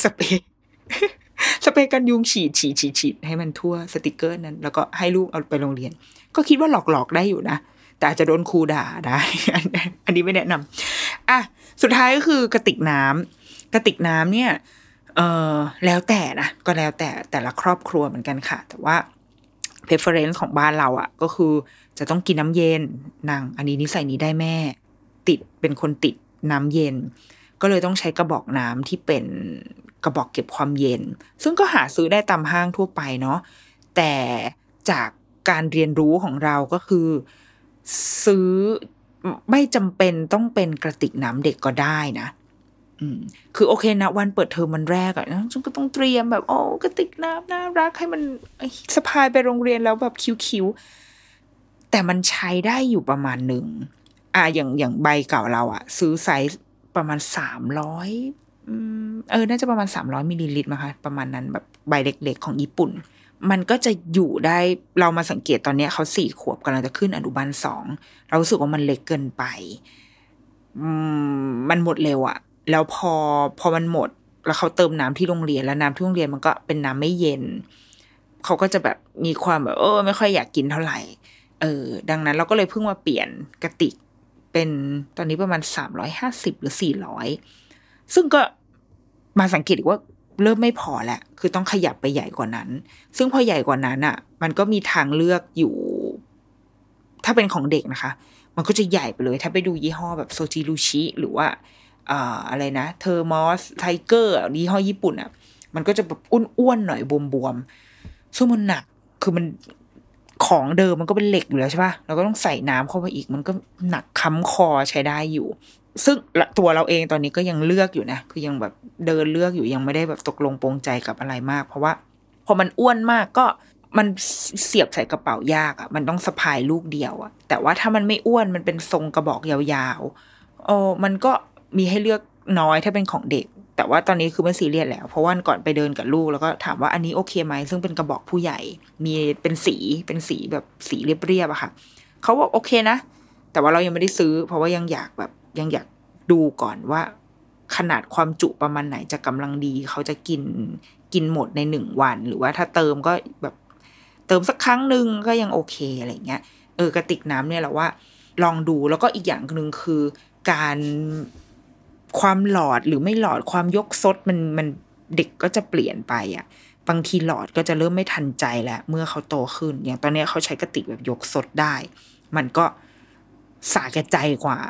ย์กันยุงฉีดให้มันทั่วสติกเกอร์นั้นแล้วก็ให้ลูกเอาไปโรงเรียนก็คิดว่าหลอกได้อยู่นะแต่อาจจะโดนครูด่าได้ อันนี้ไม่แนะนำอ่ะสุดท้ายก็คือกระติกน้ำเนี่ยแล้วแต่นะก็แล้วแต่ละครอบครัวเหมือนกันค่ะแต่ว่า preference ของบ้านเราอ่ะก็คือจะต้องกินน้ำเย็นอันนี้นิสัยนี้ได้แม่เป็นคนติดน้ำเย็นก็เลยต้องใช้กระบอกน้ำที่เป็นกระบอกเก็บความเย็นซึ่งก็หาซื้อได้ตามห้างทั่วไปเนาะแต่จากการเรียนรู้ของเราก็คือซื้อไม่จำเป็นต้องเป็นกระติกน้ำเด็กก็ได้นะคือโอเคนะวันเปิดเทอมวันแรกอ่ะฉันก็ต้องเตรียมแบบกระติกน้ำน่ารักให้มันสะพายไปโรงเรียนแล้วแบบคิ้วๆแต่มันใช้ได้อยู่ประมาณนึงอย่างใบเก่าเราอ่ะซื้อไซส์ประมาณ300น่าจะประมาณ300 มิลลิลิตรมั้งคะประมาณนั้นแบบใบเล็กๆของญี่ปุ่นมันก็จะอยู่ได้เรามาสังเกตตอนนี้เขา4 ขวบกำลังจะขึ้นอนุบาล2เรารู้สึกว่ามันเล็กเกินไปมันหมดเร็วอะแล้วพอมันหมดแล้วเขาเติมน้ำที่โรงเรียนแล้วน้ำที่โรงเรียนมันก็เป็นน้ำไม่เย็นเขาก็จะแบบมีความแบบไม่ค่อยอยากกินเท่าไหร่ดังนั้นเราก็เลยเพิ่งมาเปลี่ยนกระติกเป็นตอนนี้ประมาณ350หรือ400ซึ่งก็มาสังเกตว่าเริ่มไม่พอแหละคือต้องขยับไปใหญ่กว่านั้นซึ่งพอใหญ่กว่านั้นอ่ะมันก็มีทางเลือกอยู่ถ้าเป็นของเด็กนะคะมันก็จะใหญ่ไปเลยถ้าไปดูยี่ห้อแบบโซจิรุชิหรือว่าอะไรนะเทอร์มอสไทเกอร์ยี่ห้อญี่ปุ่นอ่ะมันก็จะแบบอ้วนๆหน่อยบวมๆซึ่งมันหนักคือมันของเดิมมันก็เป็นเหล็กอยู่แล้วใช่ป่ะเราก็ต้องใส่น้ำเข้าไปอีกมันก็หนักค้ำคอใช้ได้อยู่ซึ่งตัวเราเองตอนนี้ก็ยังเลือกอยู่นะคือยังแบบเดินเลือกอยู่ยังไม่ได้แบบตกลงปรงใจกับอะไรมากเพราะว่าพอมันอ้วนมากก็มันเสียบใส่กระเป๋ายากอ่ะมันต้องสะพายลูกเดียวอ่ะแต่ว่าถ้ามันไม่อ้วนมันเป็นทรงกระบอกยาวๆมันก็มีให้เลือกน้อยถ้าเป็นของเด็กแต่ว่าตอนนี้คือไม่ซีเรียสแล้วเพราะว่าก่อนไปเดินกับลูกแล้วก็ถามว่าอันนี้โอเคไหมซึ่งเป็นกระบอกผู้ใหญ่มีเป็นสีแบบสีเรียบๆอะค่ะเขาบอกโอเคนะแต่ว่าเรายังไม่ได้ซื้อเพราะว่ายังอยากดูก่อนว่าขนาดความจุประมาณไหนจะกำลังดีเขาจะกินหมดใน1 วันหรือว่าถ้าเติมก็แบบเติมสักครั้งนึงก็ยังโอเคอะไรเงี้ยกระติกน้ำเนี่ยแหละว่าลองดูแล้วก็อีกอย่างนึงคือการความหลอดหรือไม่หลอดความยกซดมันเด็กก็จะเปลี่ยนไปอ่ะบางทีหลอดก็จะเริ่มไม่ทันใจแล้วเมื่อเขาโตขึ้นอย่างตอนนี้เขาใช้กระติกแบบยกซดได้มันก็สาแก่ใจกว่า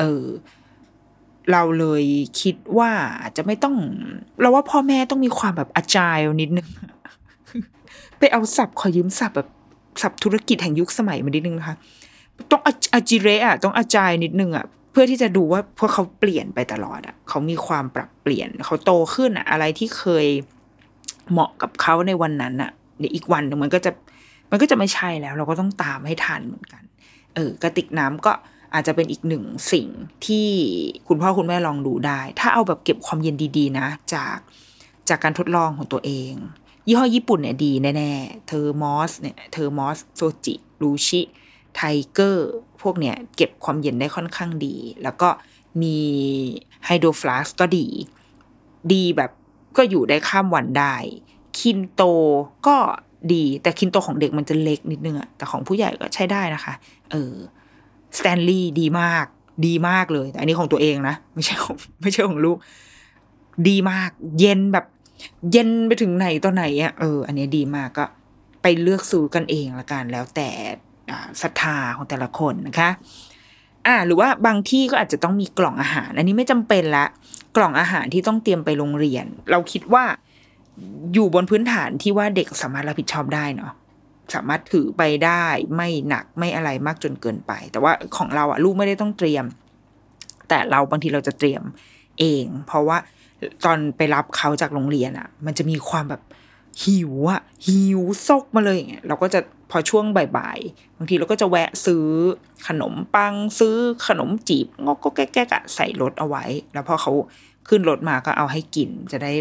เราเลยคิดว่าอาจจะไม่ต้องเราว่าพ่อแม่ต้องมีความแบบอาจายนิดนึง ไปเอาขอยืมศัพท์แบบศัพท์ธุรกิจแห่งยุคสมัยมานิดนึงนะคะต้องอาจิเระต้องอาจายนิดนึงเพื่อที่จะดูว่าพวกเขาเปลี่ยนไปตลอดเขามีความปรับเปลี่ยนเขาโตขึ้นอะไรที่เคยเหมาะกับเขาในวันนั้นเดี๋ยวอีกวันนึงมันก็จะไม่ใช่แล้วเราก็ต้องตามให้ทันเหมือนกันกระติกน้ำก็อาจจะเป็นอีกหนึ่งสิ่งที่คุณพ่อคุณแม่ลองดูได้ถ้าเอาแบบเก็บความเย็นดีๆนะจากการทดลองของตัวเองยี่ห้อญี่ปุ่นเนี่ยดีแน่ๆเทอร์มอสโซจิรูชิไทเกอร์พวกเนี้ยเก็บความเย็นได้ค่อนข้างดีแล้วก็มีไฮโดรฟลาสก์ก็ดีแบบก็อยู่ได้ข้ามวันได้คินโตก็ดีแต่คินโตของเด็กมันจะเล็กนิดนึงแต่ของผู้ใหญ่ก็ใช้ได้นะคะสแตนลีย์ดีมากเลยแต่อันนี้ของตัวเองนะไม่ใช่ของลูกดีมากเย็นแบบเย็นไปถึงไหนต่อไหนอันนี้ดีมากก็ไปเลือกซื้อกันเองละกันแล้วแต่ศรัทธาของแต่ละคนนะคะหรือว่าบางที่ก็อาจจะต้องมีกล่องอาหารอันนี้ไม่จำเป็นละกล่องอาหารที่ต้องเตรียมไปโรงเรียนเราคิดว่าอยู่บนพื้นฐานที่ว่าเด็กสามารถรับผิดชอบได้เนาะสามารถถือไปได้ไม่หนักไม่อะไรมากจนเกินไปแต่ว่าของเราลูกไม่ได้ต้องเตรียมแต่เราบางทีเราจะเตรียมเองเพราะว่าตอนไปรับเขาจากโรงเรียนมันจะมีความแบบหิวซกมาเลยอย่างเงี้ยเราก็จะพอช่วงบ่ายๆบางทีเราก็จะแวะซื้อขนมปังซื้อขนมจีบงอกก็แก๊กใส่รถเอาไว้แล้วพอเขาขึ้นรถมาก็เอาให้กินจะได้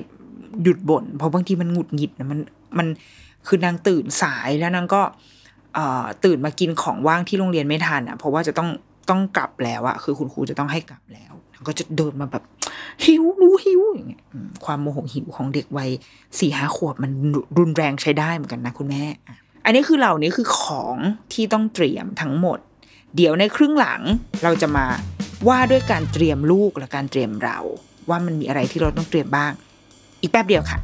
หยุดบ่นเพราะบางทีมันหงุดหงิดนะมันคือนางตื่นสายแล้วนางก็ตื่นมากินของว่างที่โรงเรียนไม่ทันอ่ะเพราะว่าจะต้องกลับแล้วอะคือคุณครูจะต้องให้กลับแล้วก็จะเดินมาแบบหิวอย่างเงี้ยความโมโหหิวของเด็กวัย 4-5 ขวบมันรุนแรงใช้ได้เหมือนกันนะคุณแม่อันนี้คือเหล่านี้คือของที่ต้องเตรียมทั้งหมดเดี๋ยวในครึ่งหลังเราจะมาว่าด้วยการเตรียมลูกและการเตรียมเราว่ามันมีอะไรที่เราต้องเตรียมบ้างอีกแป๊บเดียวค่ะ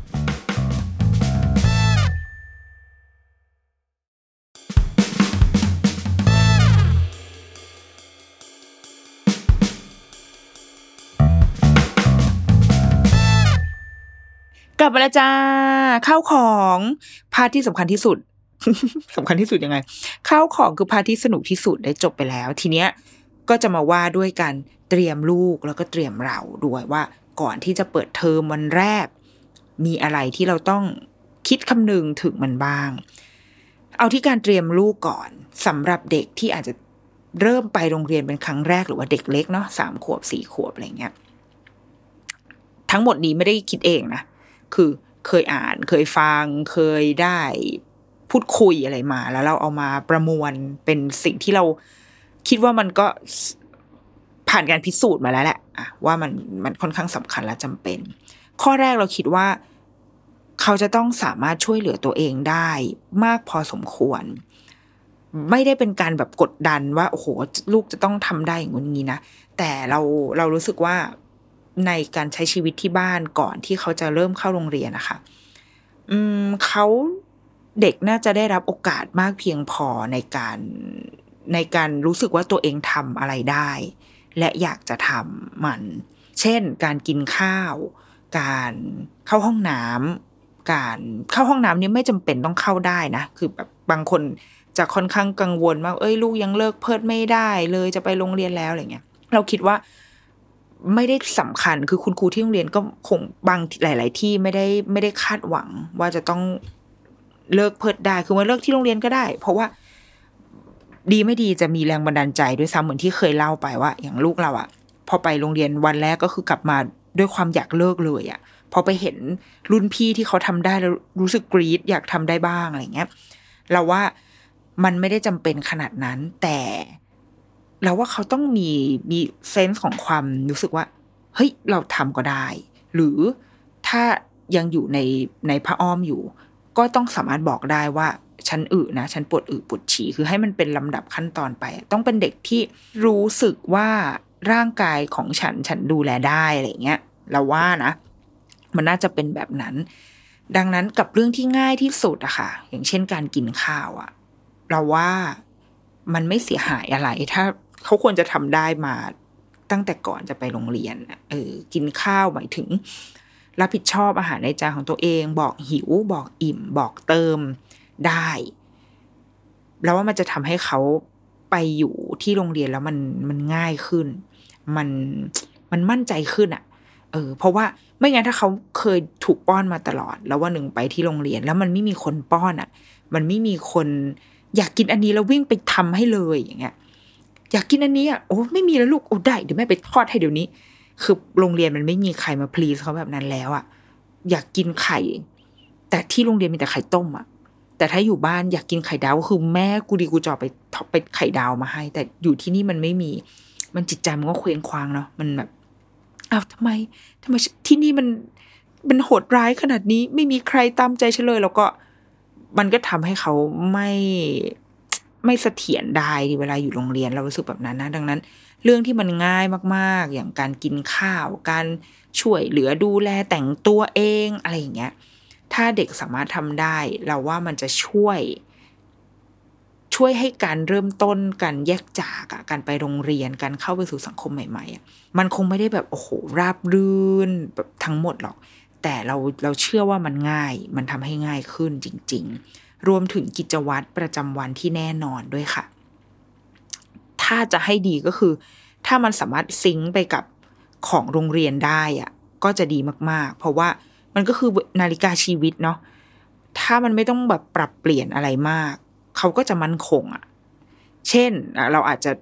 กลับมาแล้วจ้าข้าวของพาร์ทที่สำคัญที่สุด สำคัญที่สุดยังไงข้าวของคือพาร์ทที่สนุกที่สุดได้จบไปแล้วทีเนี้ยก็จะมาว่าด้วยการเตรียมลูกแล้วก็เตรียมเราด้วยว่าก่อนที่จะเปิดเทอมวันแรกมีอะไรที่เราต้องคิดคำนึงถึงมันบ้างเอาที่การเตรียมลูกก่อนสำหรับเด็กที่อาจจะเริ่มไปโรงเรียนเป็นครั้งแรกหรือว่าเด็กเล็กเนาะ3 ขวบ 4 ขวบอะไรเงี้ยทั้งหมดนี้ไม่ได้คิดเองนะคือเคยอ่านเคยฟังเคยได้พูดคุยอะไรมาแล้วเราเอามาประมวลเป็นสิ่งที่เราคิดว่ามันก็ผ่านการพิสูจน์มาแล้วแหละว่ามันค่อนข้างสำคัญและจำเป็นข้อแรกเราคิดว่าเขาจะต้องสามารถช่วยเหลือตัวเองได้มากพอสมควรไม่ได้เป็นการแบบกดดันว่าโอ้โหลูกจะต้องทำได้อย่างงี้นะแต่เรารู้สึกว่าในการใช้ชีวิตที่บ้านก่อนที่เขาจะเริ่มเข้าโรงเรียนนะคะเขาเด็กน่าจะได้รับโอกาสมากเพียงพอในการรู้สึกว่าตัวเองทำอะไรได้และอยากจะทำมันเช่นการกินข้าวการเข้าห้องน้ำการเข้าห้องน้ำนี่ไม่จำเป็นต้องเข้าได้นะคือแบบบางคนจะค่อนข้างกังวลว่าลูกยังเลิกเพิดไม่ได้เลยจะไปโรงเรียนแล้วอะไรเงี้ยเราคิดว่าไม่ได้สำคัญคือคุณครูที่โรงเรียนก็คงบางหลายๆที่ไม่ได้คาดหวังว่าจะต้องเลิกเพิดได้คือมาเลิกที่โรงเรียนก็ได้เพราะว่าดีไม่ดีจะมีแรงบันดาลใจด้วยซ้ำเหมือนที่เคยเล่าไปว่าอย่างลูกเราอะพอไปโรงเรียนวันแรกก็คือกลับมาด้วยความอยากเลิกเลยอะพอไปเห็นรุ่นพี่ที่เขาทำได้แล้วรู้สึกกรี๊ดอยากทำได้บ้างอะไรเงี้ยเราว่ามันไม่ได้จำเป็นขนาดนั้นแต่เราว่าเขาต้องมีเซนส์ของความรู้สึกว่าเฮ้ยเราทำก็ได้หรือถ้ายังอยู่ในผ้าอ้อมอยู่ก็ต้องสามารถบอกได้ว่าฉันนะฉันปวดปวดฉี่คือให้มันเป็นลำดับขั้นตอนไปต้องเป็นเด็กที่รู้สึกว่าร่างกายของฉันดูแลได้อะไรเงี้ยเราว่านะมันน่าจะเป็นแบบนั้นดังนั้นกับเรื่องที่ง่ายที่สุดอะค่ะอย่างเช่นการกินข้าวอะเราว่ามันไม่เสียหายอะไรถ้าเขาควรจะทำได้มาตั้งแต่ก่อนจะไปโรงเรียนกินข้าวหมายถึงรับผิดชอบอาหารในจานของตัวเองบอกหิวบอกอิ่มบอกเติมได้แล้วว่ามันจะทำให้เขาไปอยู่ที่โรงเรียนแล้วมันง่ายขึ้นมันมั่นใจขึ้นอ่ะเพราะว่าไม่งั้นถ้าเขาเคยถูกป้อนมาตลอดแล้ววันหนึ่งไปที่โรงเรียนแล้วมันไม่มีคนป้อนอ่ะมันไม่มีคนอยากกินอันนี้แล้ววิ่งไปทำให้เลยอย่างเงี้ยอยากกินอันนี้อ่ะโอ้ไม่มีแล้วลูกโอ้ได้เดี๋ยวแม่ไปทอดให้เดี๋ยวนี้คือโรงเรียนมันไม่มีใครมาพลีสเขาแบบนั้นแล้วอ่ะอยากกินไข่แต่ที่โรงเรียนมีแต่ไข่ต้มอ่ะแต่ถ้าอยู่บ้านอยากกินไข่ดาวก็คือแม่กูดีกูจ่อไปไข่ดาวมาให้แต่อยู่ที่นี่มันไม่มีมันจิตใจมันก็เคว้งคว้างเนาะมันแบบอ้าวทำไมที่นี่มันโหดร้ายขนาดนี้ไม่มีใครตามใจฉันเลยแล้วก็มันก็ทำให้เขาไม่เสถียรได้เวลาอยู่โรงเรียนเรารู้สึกแบบนั้นนะดังนั้นเรื่องที่มันง่ายมากๆอย่างการกินข้าวการช่วยเหลือดูแลแต่งตัวเองอะไรอย่างเงี้ยถ้าเด็กสามารถทำได้เราว่ามันจะช่วยให้การเริ่มต้นการแยกจากการไปโรงเรียนการเข้าไปสู่สังคมใหม่ๆมันคงไม่ได้แบบโอ้โหราบรื่นแบบทั้งหมดหรอกแต่เราเชื่อว่ามันง่ายมันทำให้ง่ายขึ้นจริงๆรวมถึงกิจวัตรประจำวันที่แน่นอนด้วยค่ะถ้าจะให้ดีก็คือถ้ามันสามารถซิงค์ไปกับของโรงเรียนได้ก็จะดีมากๆเพราะว่ามันก็คือนาฬิกาชีวิตเนาะถ้ามันไม่ต้องแบบปรับเปลี่ยนอะไรมากเขาก็จะมั่นคงเช่นเราอาจจะ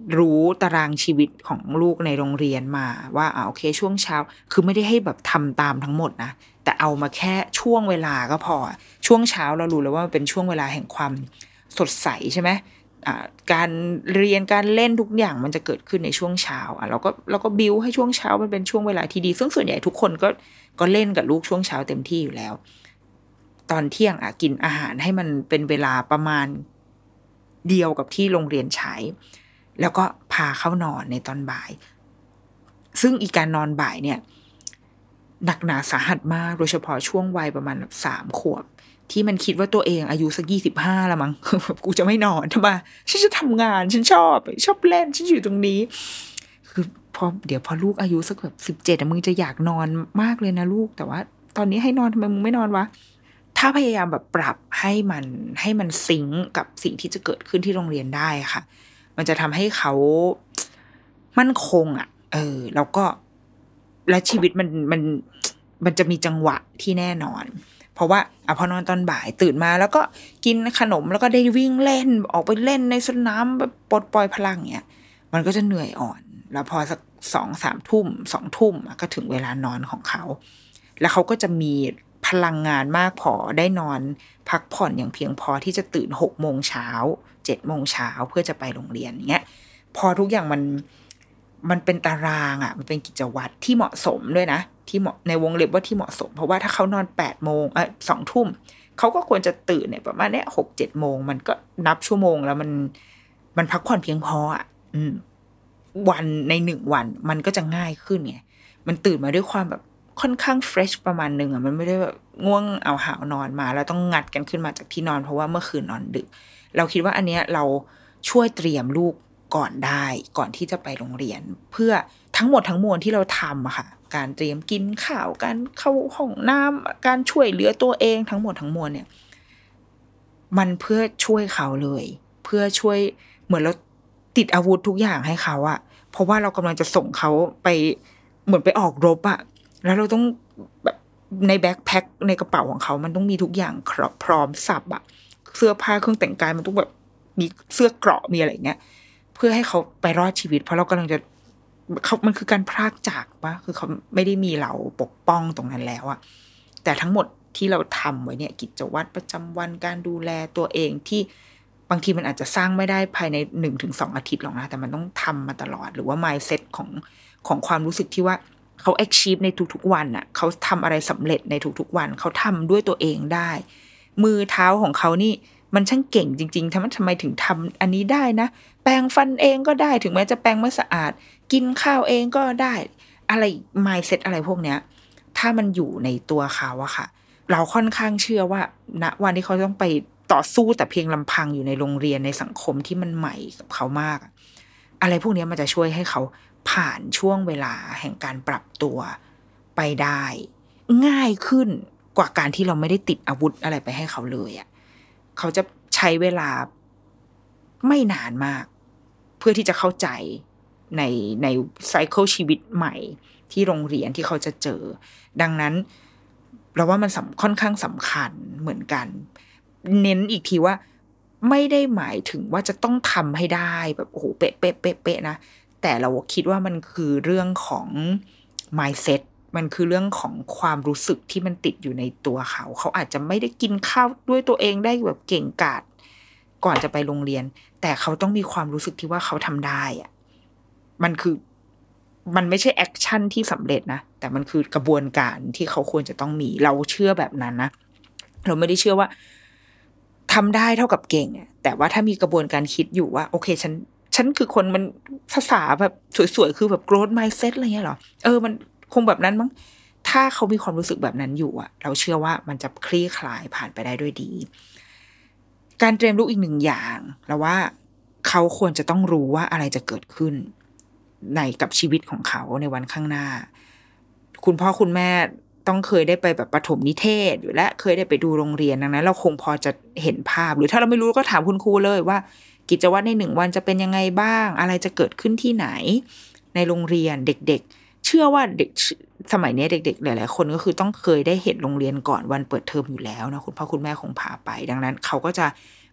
รู้ตารางชีวิตของลูกในโรงเรียนมาว่าโอเคช่วงเช้าคือไม่ได้ให้แบบทำตามทั้งหมดนะแต่เอามาแค่ช่วงเวลาก็พอช่วงเช้าเรารู้แล้วว่ามันเป็นช่วงเวลาแห่งความสดใสใช่ไหมการเรียนการเล่นทุกอย่างมันจะเกิดขึ้นในช่วงเช้าเราก็บิวให้ช่วงเช้ามันเป็นช่วงเวลาที่ดีซึ่งส่วนใหญ่ทุกคนก็เล่นกับลูกช่วงเช้าเต็มที่อยู่แล้วตอนเที่ยงกินอาหารให้มันเป็นเวลาประมาณเดียวกับที่โรงเรียนใช้แล้วก็พาเข้านอนในตอนบ่ายซึ่งอีการนอนบ่ายเนี่ยหนักหนาสาหัสมากโดยเฉพาะช่วงวัยประมาณ3 ขวบที่มันคิดว่าตัวเองอายุสัก25แล้วมั้ง กูจะไม่นอนทำไมฉันจะทำงานฉันชอบเล่นฉันอยู่ตรงนี้คือพอลูกอายุสักแบบ17มึงจะอยากนอนมากเลยนะลูกแต่ว่าตอนนี้ให้นอนทำไมมึงไม่นอนวะถ้าพยายามแบบปรับให้มันซิงก์กับสิ่งที่จะเกิดขึ้นที่โรงเรียนได้ค่ะมันจะทำให้เขามั่นคงแล้วก็และชีวิตมันจะมีจังหวะที่แน่นอนเพราะว่าพอนอนตอนบ่ายตื่นมาแล้วก็กินขนมแล้วก็ได้วิ่งเล่นออกไปเล่นในสนามแบบปลดปล่อยพลังเงี้ยมันก็จะเหนื่อยอ่อนแล้วพอสัก2-3 ทุ่ม2 ทุ่มก็ถึงเวลานอนของเขาแล้วเขาก็จะมีพลังงานมากพอได้นอนพักผ่อนอย่างเพียงพอที่จะตื่น6 โมงเช้า7 โมงเช้าเพื่อจะไปโรงเรียนเงี้ยพอทุกอย่างมันเป็นตารางมันเป็นกิจวัตรที่เหมาะสมด้วยนะที่เหมาะในวงเล็บว่าที่เหมาะสมเพราะว่าถ้าเขานอน8 โมง2 ทุ่มเขาก็ควรจะตื่นเนี่ยประมาณเนี้ย6-7 โมงมันก็นับชั่วโมงแล้วมันพักผ่อนเพียงพอวันใน1 วันมันก็จะง่ายขึ้นไงมันตื่นมาด้วยความแบบค่อนข้างเฟรชประมาณนึงมันไม่ได้แบบง่วงเอาหาวนอนมาแล้วต้องงัดกันขึ้นมาจากที่นอนเพราะว่าเมื่อคืนนอนดึกเราคิดว่าอันเนี้ยเราช่วยเตรียมลูกก่อนได้ก่อนที่จะไปโรงเรียนเพื่อทั้งหมดทั้งมวลที่เราทำค่ะการเตรียมกินข้าวการเข้าห้องน้ำการช่วยเหลือตัวเองทั้งหมดทั้งมวลเนี่ยมันเพื่อช่วยเขาเลยเพื่อช่วยเหมือนเราติดอาวุธทุกอย่างให้เขาเพราะว่าเรากำลังจะส่งเขาไปเหมือนไปออกรบแล้วเราต้องแบบในแบ็คแพ็คในกระเป๋าของเขามันต้องมีทุกอย่างพร้อมสับเสื้อผ้าเครื่องแต่งกายมันต้องแบบมีเสื้อเกราะมีอะไรเงี้ยเพื่อให้เขาไปรอดชีวิตเพราะเรากำลังจะมันคือการพรากจากปะคือเขาไม่ได้มีเราปกป้องตรงนั้นแล้วแต่ทั้งหมดที่เราทำไว้เนี่ยกิจวัตรประจำวันการดูแลตัวเองที่บางทีมันอาจจะสร้างไม่ได้ภายใน 1-2 อาทิตย์หรอกนะแต่มันต้องทำมาตลอดหรือว่า mindset ของความรู้สึกที่ว่าเขา achieve ในทุกๆวันเขาทำอะไรสำเร็จในทุกๆวันเขาทำด้วยตัวเองได้มือเท้าของเขานี่มันช่างเก่งจริงๆทำไมถึงทำอันนี้ได้นะแปรงฟันเองก็ได้ถึงแม้จะแปรงไม่สะอาดกินข้าวเองก็ได้อะไร mindset อะไรพวกเนี้ยถ้ามันอยู่ในตัวเขาค่ะเราค่อนข้างเชื่อว่าณวันที่เขาต้องไปต่อสู้แต่เพียงลำพังอยู่ในโรงเรียนในสังคมที่มันใหม่กับเขามากอะไรพวกนี้มันจะช่วยให้เขาผ่านช่วงเวลาแห่งการปรับตัวไปได้ง่ายขึ้นกว่าการที่เราไม่ได้ติดอาวุธอะไรไปให้เขาเลยเขาจะใช้เวลาไม่นานมากเพื่อที่จะเข้าใจในไซเคิลชีวิตใหม่ที่โรงเรียนที่เขาจะเจอดังนั้นเราว่ามันค่อนข้างสำคัญเหมือนกันเน้นอีกทีว่าไม่ได้หมายถึงว่าจะต้องทำให้ได้แบบโอ้โหเป๊ะเป๊ะเป๊ะเป๊ะนะแต่เราคิดว่ามันคือเรื่องของ mindset มันคือเรื่องของความรู้สึกที่มันติดอยู่ในตัวเขาอาจจะไม่ได้กินข้าวด้วยตัวเองได้แบบเก่งกาจก่อนจะไปโรงเรียนแต่เขาต้องมีความรู้สึกที่ว่าเขาทำได้มันไม่ใช่แอคชั่นที่สำเร็จนะแต่มันคือกระบวนการที่เขาควรจะต้องมีเราเชื่อแบบนั้นนะเราไม่ได้เชื่อว่าทำได้เท่ากับเก่งแต่ว่าถ้ามีกระบวนการคิดอยู่ว่าโอเคฉันคือคนมันภาษาแบบสวยๆคือแบบ growth mindset อะไรเงี้ยหรอมันคงแบบนั้นมั้งถ้าเขามีความรู้สึกแบบนั้นอยู่เราเชื่อว่ามันจะคลี่คลายผ่านไปได้ด้วยดีการเตรียมลูกอีกหนึ่งอย่างแล้วว่าเขาควรจะต้องรู้ว่าอะไรจะเกิดขึ้นในกับชีวิตของเขาในวันข้างหน้าคุณพ่อคุณแม่ต้องเคยได้ไปแบบประถมนิเทศอยู่และเคยได้ไปดูโรงเรียนดังนั้นเราคงพอจะเห็นภาพหรือถ้าเราไม่รู้ก็ถามคุณครูเลยว่ากิจวัตรใน1 วันจะเป็นยังไงบ้างอะไรจะเกิดขึ้นที่ไหนในโรงเรียนเด็กๆเชื่อว่าเด็กสมัยนี้เด็กๆหลายๆคนก็คือต้องเคยได้เห็นโรงเรียนก่อนวันเปิดเทอมอยู่แล้วนะคุณพ่อคุณแม่คงพาไปดังนั้นเขาก็จะ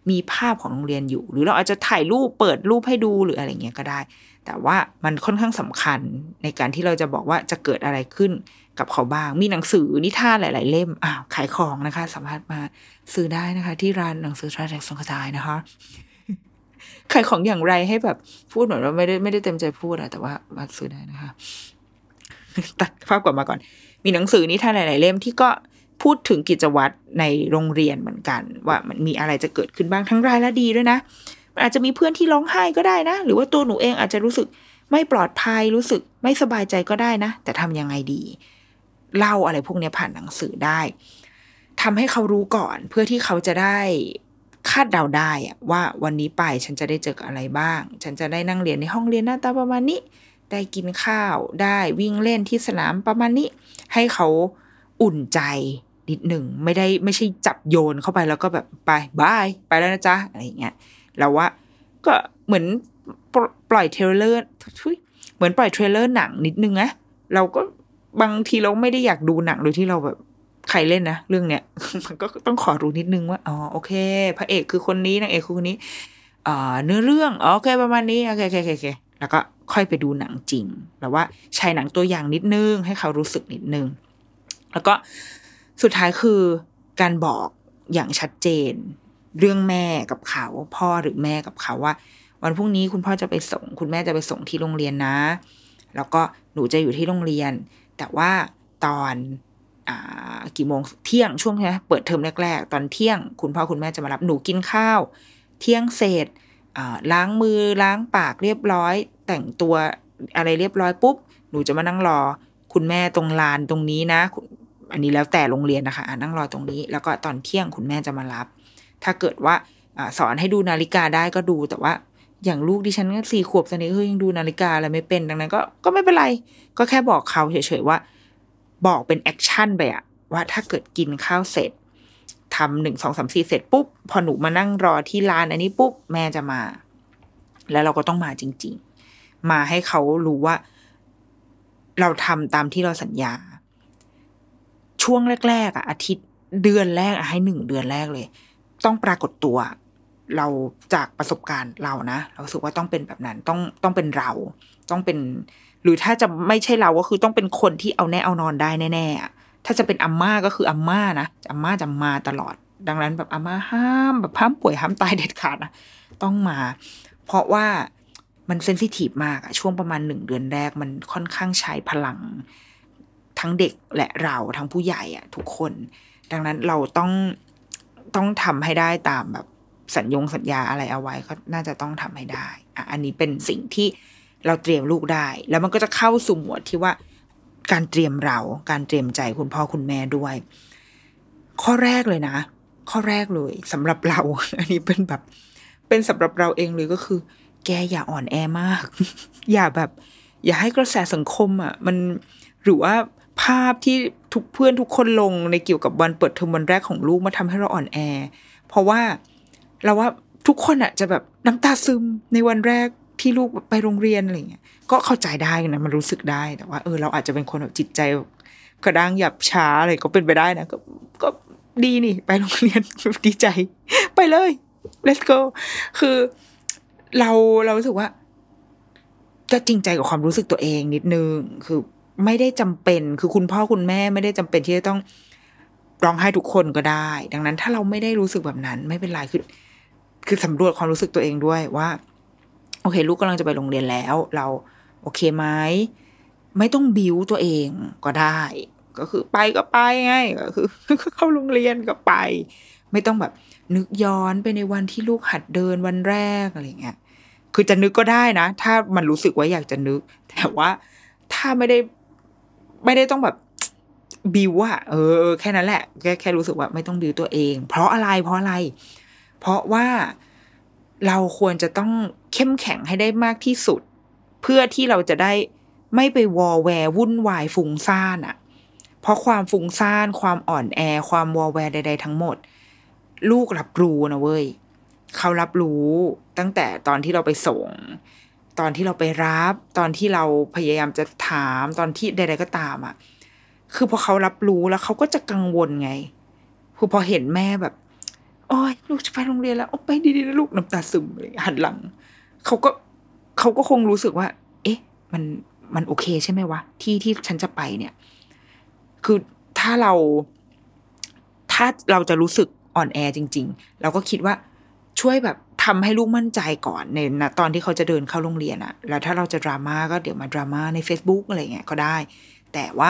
มีภาพของโรงเรียนอยู่หรือเราอาจจะถ่ายรูปเปิดรูปให้ดูหรืออะไรเงี้ยก็ได้แต่ว่ามันค่อนข้างสำคัญในการที่เราจะบอกว่าจะเกิดอะไรขึ้นกับเขาบ้างมีหนังสือนิทานหลายๆเล่มขายของนะคะสามารถมาซื้อได้นะคะที่ร้านหนังสือทราแท็กสงกระจายนะคะขายของอย่างไรให้แบบพูดเหมือนว่าไม่ได้เต็มใจพูดแต่ว่ามาซื้อได้นะคะตัดภาพกลับมาก่อนมีหนังสือนิทานหลายๆเล่มที่ก็พูดถึงกิจวัตรในโรงเรียนเหมือนกันว่ามันมีอะไรจะเกิดขึ้นบ้างทั้งร้ายและดีด้วยนะมันอาจจะมีเพื่อนที่ร้องไห้ก็ได้นะหรือว่าตัวหนูเองอาจจะรู้สึกไม่ปลอดภัยรู้สึกไม่สบายใจก็ได้นะแต่ทำยังไงดีเล่าอะไรพวกนี้ผ่านหนังสือได้ทำให้เขารู้ก่อนเพื่อที่เขาจะได้คาดเดาได้ว่าวันนี้ไปฉันจะได้เจอกับอะไรบ้างฉันจะได้นั่งเรียนในห้องเรียนหน้าตาประมาณนี้ได้กินข้าวได้วิ่งเล่นที่สนามประมาณนี้ให้เขาอุ่นใจนิดหนึ่งไม่ใช่จับโยนเข้าไปแล้วก็แบบไปบายไปแล้วนะจ๊ะอะไรอย่างเงี้ยแล้วว่าก็เหมือนปล่อยเทรลเลอร์เหมือนปล่อยเทรลเลอร์หนังนิดนึงนะเราก็บางทีเราไม่ได้อยากดูหนังโดยที่เราแบบใครเล่นนะเรื่องเนี้ย มันก็ต้องขอรู้นิดนึงว่าโอเคพระเอกคือคนนี้นางเอกคือคนนี้เนื้อเรื่องโอเคประมาณนี้โอเคแล้วก็ค่อยไปดูหนังจริงแล้วว่าใช้หนังตัวอย่างนิดนึงให้เขารู้สึกนิดนึงแล้วก็สุดท้ายคือการบอกอย่างชัดเจนเรื่องแม่กับเขาพ่อหรือแม่กับเขาว่าวันพรุ่งนี้คุณพ่อจะไปส่งคุณแม่จะไปส่งที่โรงเรียนนะแล้วก็หนูจะอยู่ที่โรงเรียนแต่ว่าตอนกี่โมงเที่ยงช่วงนี้เปิดเทอมแรกๆตอนเที่ยงคุณพ่อคุณแม่จะมารับหนูกินข้าวเที่ยงเสร็จล้างมือล้างปากเรียบร้อยแต่งตัวอะไรเรียบร้อยปุ๊บหนูจะมานั่งรอคุณแม่ตรงลานตรงนี้นะอันนี้แล้วแต่โรงเรียนนะคะนั่งรอตรงนี้แล้วก็ตอนเที่ยงคุณแม่จะมารับถ้าเกิดว่าสอนให้ดูนาฬิกาได้ก็ดูแต่ว่าอย่างลูกดิฉันก็4 ขวบตอนนี้ก็ยังดูนาฬิกาอะไรไม่เป็นดังนั้นก็ไม่เป็นไรก็แค่บอกเขาเฉยๆว่าบอกเป็นแอคชั่นไปว่าถ้าเกิดกินข้าวเสร็จทำ1 2 3 4เสร็จปุ๊บพอหนูมานั่งรอที่ลานอันนี้ปุ๊บแม่จะมาแล้วเราก็ต้องมาจริงๆมาให้เขารู้ว่าเราทำตามที่เราสัญญาช่วงแรกๆอาทิตย์เดือนแรกให้1 เดือนแรกเลยต้องปรากฏตัวเราจากประสบการณ์เรานะเรารู้สึกว่าต้องเป็นแบบนั้นต้องเป็นเราต้องเป็นหรือถ้าจะไม่ใช่เราก็คือต้องเป็นคนที่เอาแน่เอานอนได้แน่ๆถ้าจะเป็นอาม่าก็คืออาม่านะอาม่าจะมาตลอดดังนั้นแบบอาม่าห้ามป่วยห้ามตายเด็ดขาดนะต้องมาเพราะว่ามันเซนซิทีฟมากช่วงประมาณ1 เดือนแรกมันค่อนข้างใช้พลังทั้งเด็กและเราทั้งผู้ใหญ่ทุกคนดังนั้นเราต้องทำให้ได้ตามแบบสัญญาอะไรเอาไว้ก็น่าจะต้องทำให้ได้อันนี้เป็นสิ่งที่เราเตรียมลูกได้แล้วมันก็จะเข้าสู่หมวดที่ว่าการเตรียมใจคุณพ่อคุณแม่ด้วยข้อแรกเลยนะข้อแรกเลยสำหรับเรา อันนี้เป็นสำหรับเราเองเลยก็คือแกอย่าอ่อนแอมาก อย่าให้กระแสสังคมมันหรือว่าภาพที่ทุกเพื่อนทุกคนลงในเกี่ยวกับวันเปิดเทอมวันแรกของลูกมาทำให้เราอ่อนแอเพราะว่าเราว่าทุกคนจะแบบน้ำตาซึมในวันแรกที่ลูกไปโรงเรียนอะไรเงี้ยก็เข้าใจได้นะมันรู้สึกได้แต่ว่าเราอาจจะเป็นคนแบบจิตใจกระด้างหยับช้าอะไรก็เป็นไปได้นะก็ดีนี่ไปโรงเรียนดีใจไปเลย let's go คือเรารู้สึกว่าก็จริงใจกับความรู้สึกตัวเองนิดนึงคือไม่ได้จำเป็นคือคุณพ่อคุณแม่ไม่ได้จำเป็นที่จะต้องร้องไห้ทุกคนก็ได้ดังนั้นถ้าเราไม่ได้รู้สึกแบบนั้นไม่เป็นไรคือสำรวจความรู้สึกตัวเองด้วยว่าโอเคลูกกำลังจะไปโรงเรียนแล้วเราโอเคไหมไม่ต้องบิ้วตัวเองก็ได้ก็คือไปก็ไปไงก็คือเข้าโรงเรียนก็ไปไม่ต้องแบบนึกย้อนไปในวันที่ลูกหัดเดินวันแรกอะไรเงี้ยคือจะนึกก็ได้นะถ้ามันรู้สึกว่าอยากจะนึกแต่ว่าถ้าไม่ได้ต้องแบบบิวแค่นั้นแหละแค่รู้สึกว่าไม่ต้องบิวตัวเองเพราะอะไรเพราะว่าเราควรจะต้องเข้มแข็งให้ได้มากที่สุดเพื่อที่เราจะได้ไม่ไปวอแวร์วุ่นวายฟุ้งซ่านเพราะความฟุ้งซ่านความอ่อนแอความวอแวร์ใดๆทั้งหมดลูกรับรู้นะเว้ยเขารับรู้ตั้งแต่ตอนที่เราไปส่งตอนที่เราไปรับตอนที่เราพยายามจะถามตอนที่ใดๆก็ตามคือพอเขารับรู้แล้วเขาก็จะกังวลไงคือพอเห็นแม่แบบอ้ยลูกจะไปโรงเรียนแล้วไปดีๆนะลูกน้ำตาซึมเลยหันหลังเขาก็คงรู้สึกว่าเอ๊ะมันโอเคใช่ไหมวะที่ฉันจะไปเนี่ยคือถ้าเราจะรู้สึกอ่อนแอจริงๆเราก็คิดว่าช่วยแบบทำให้ลูกมั่นใจก่อนในตอนที่เขาจะเดินเข้าโรงเรียนอะแล้วถ้าเราจะดราม่าก็เดี๋ยวมาดราม่าใน Facebook อะไรเงี้ยก็ได้แต่ว่า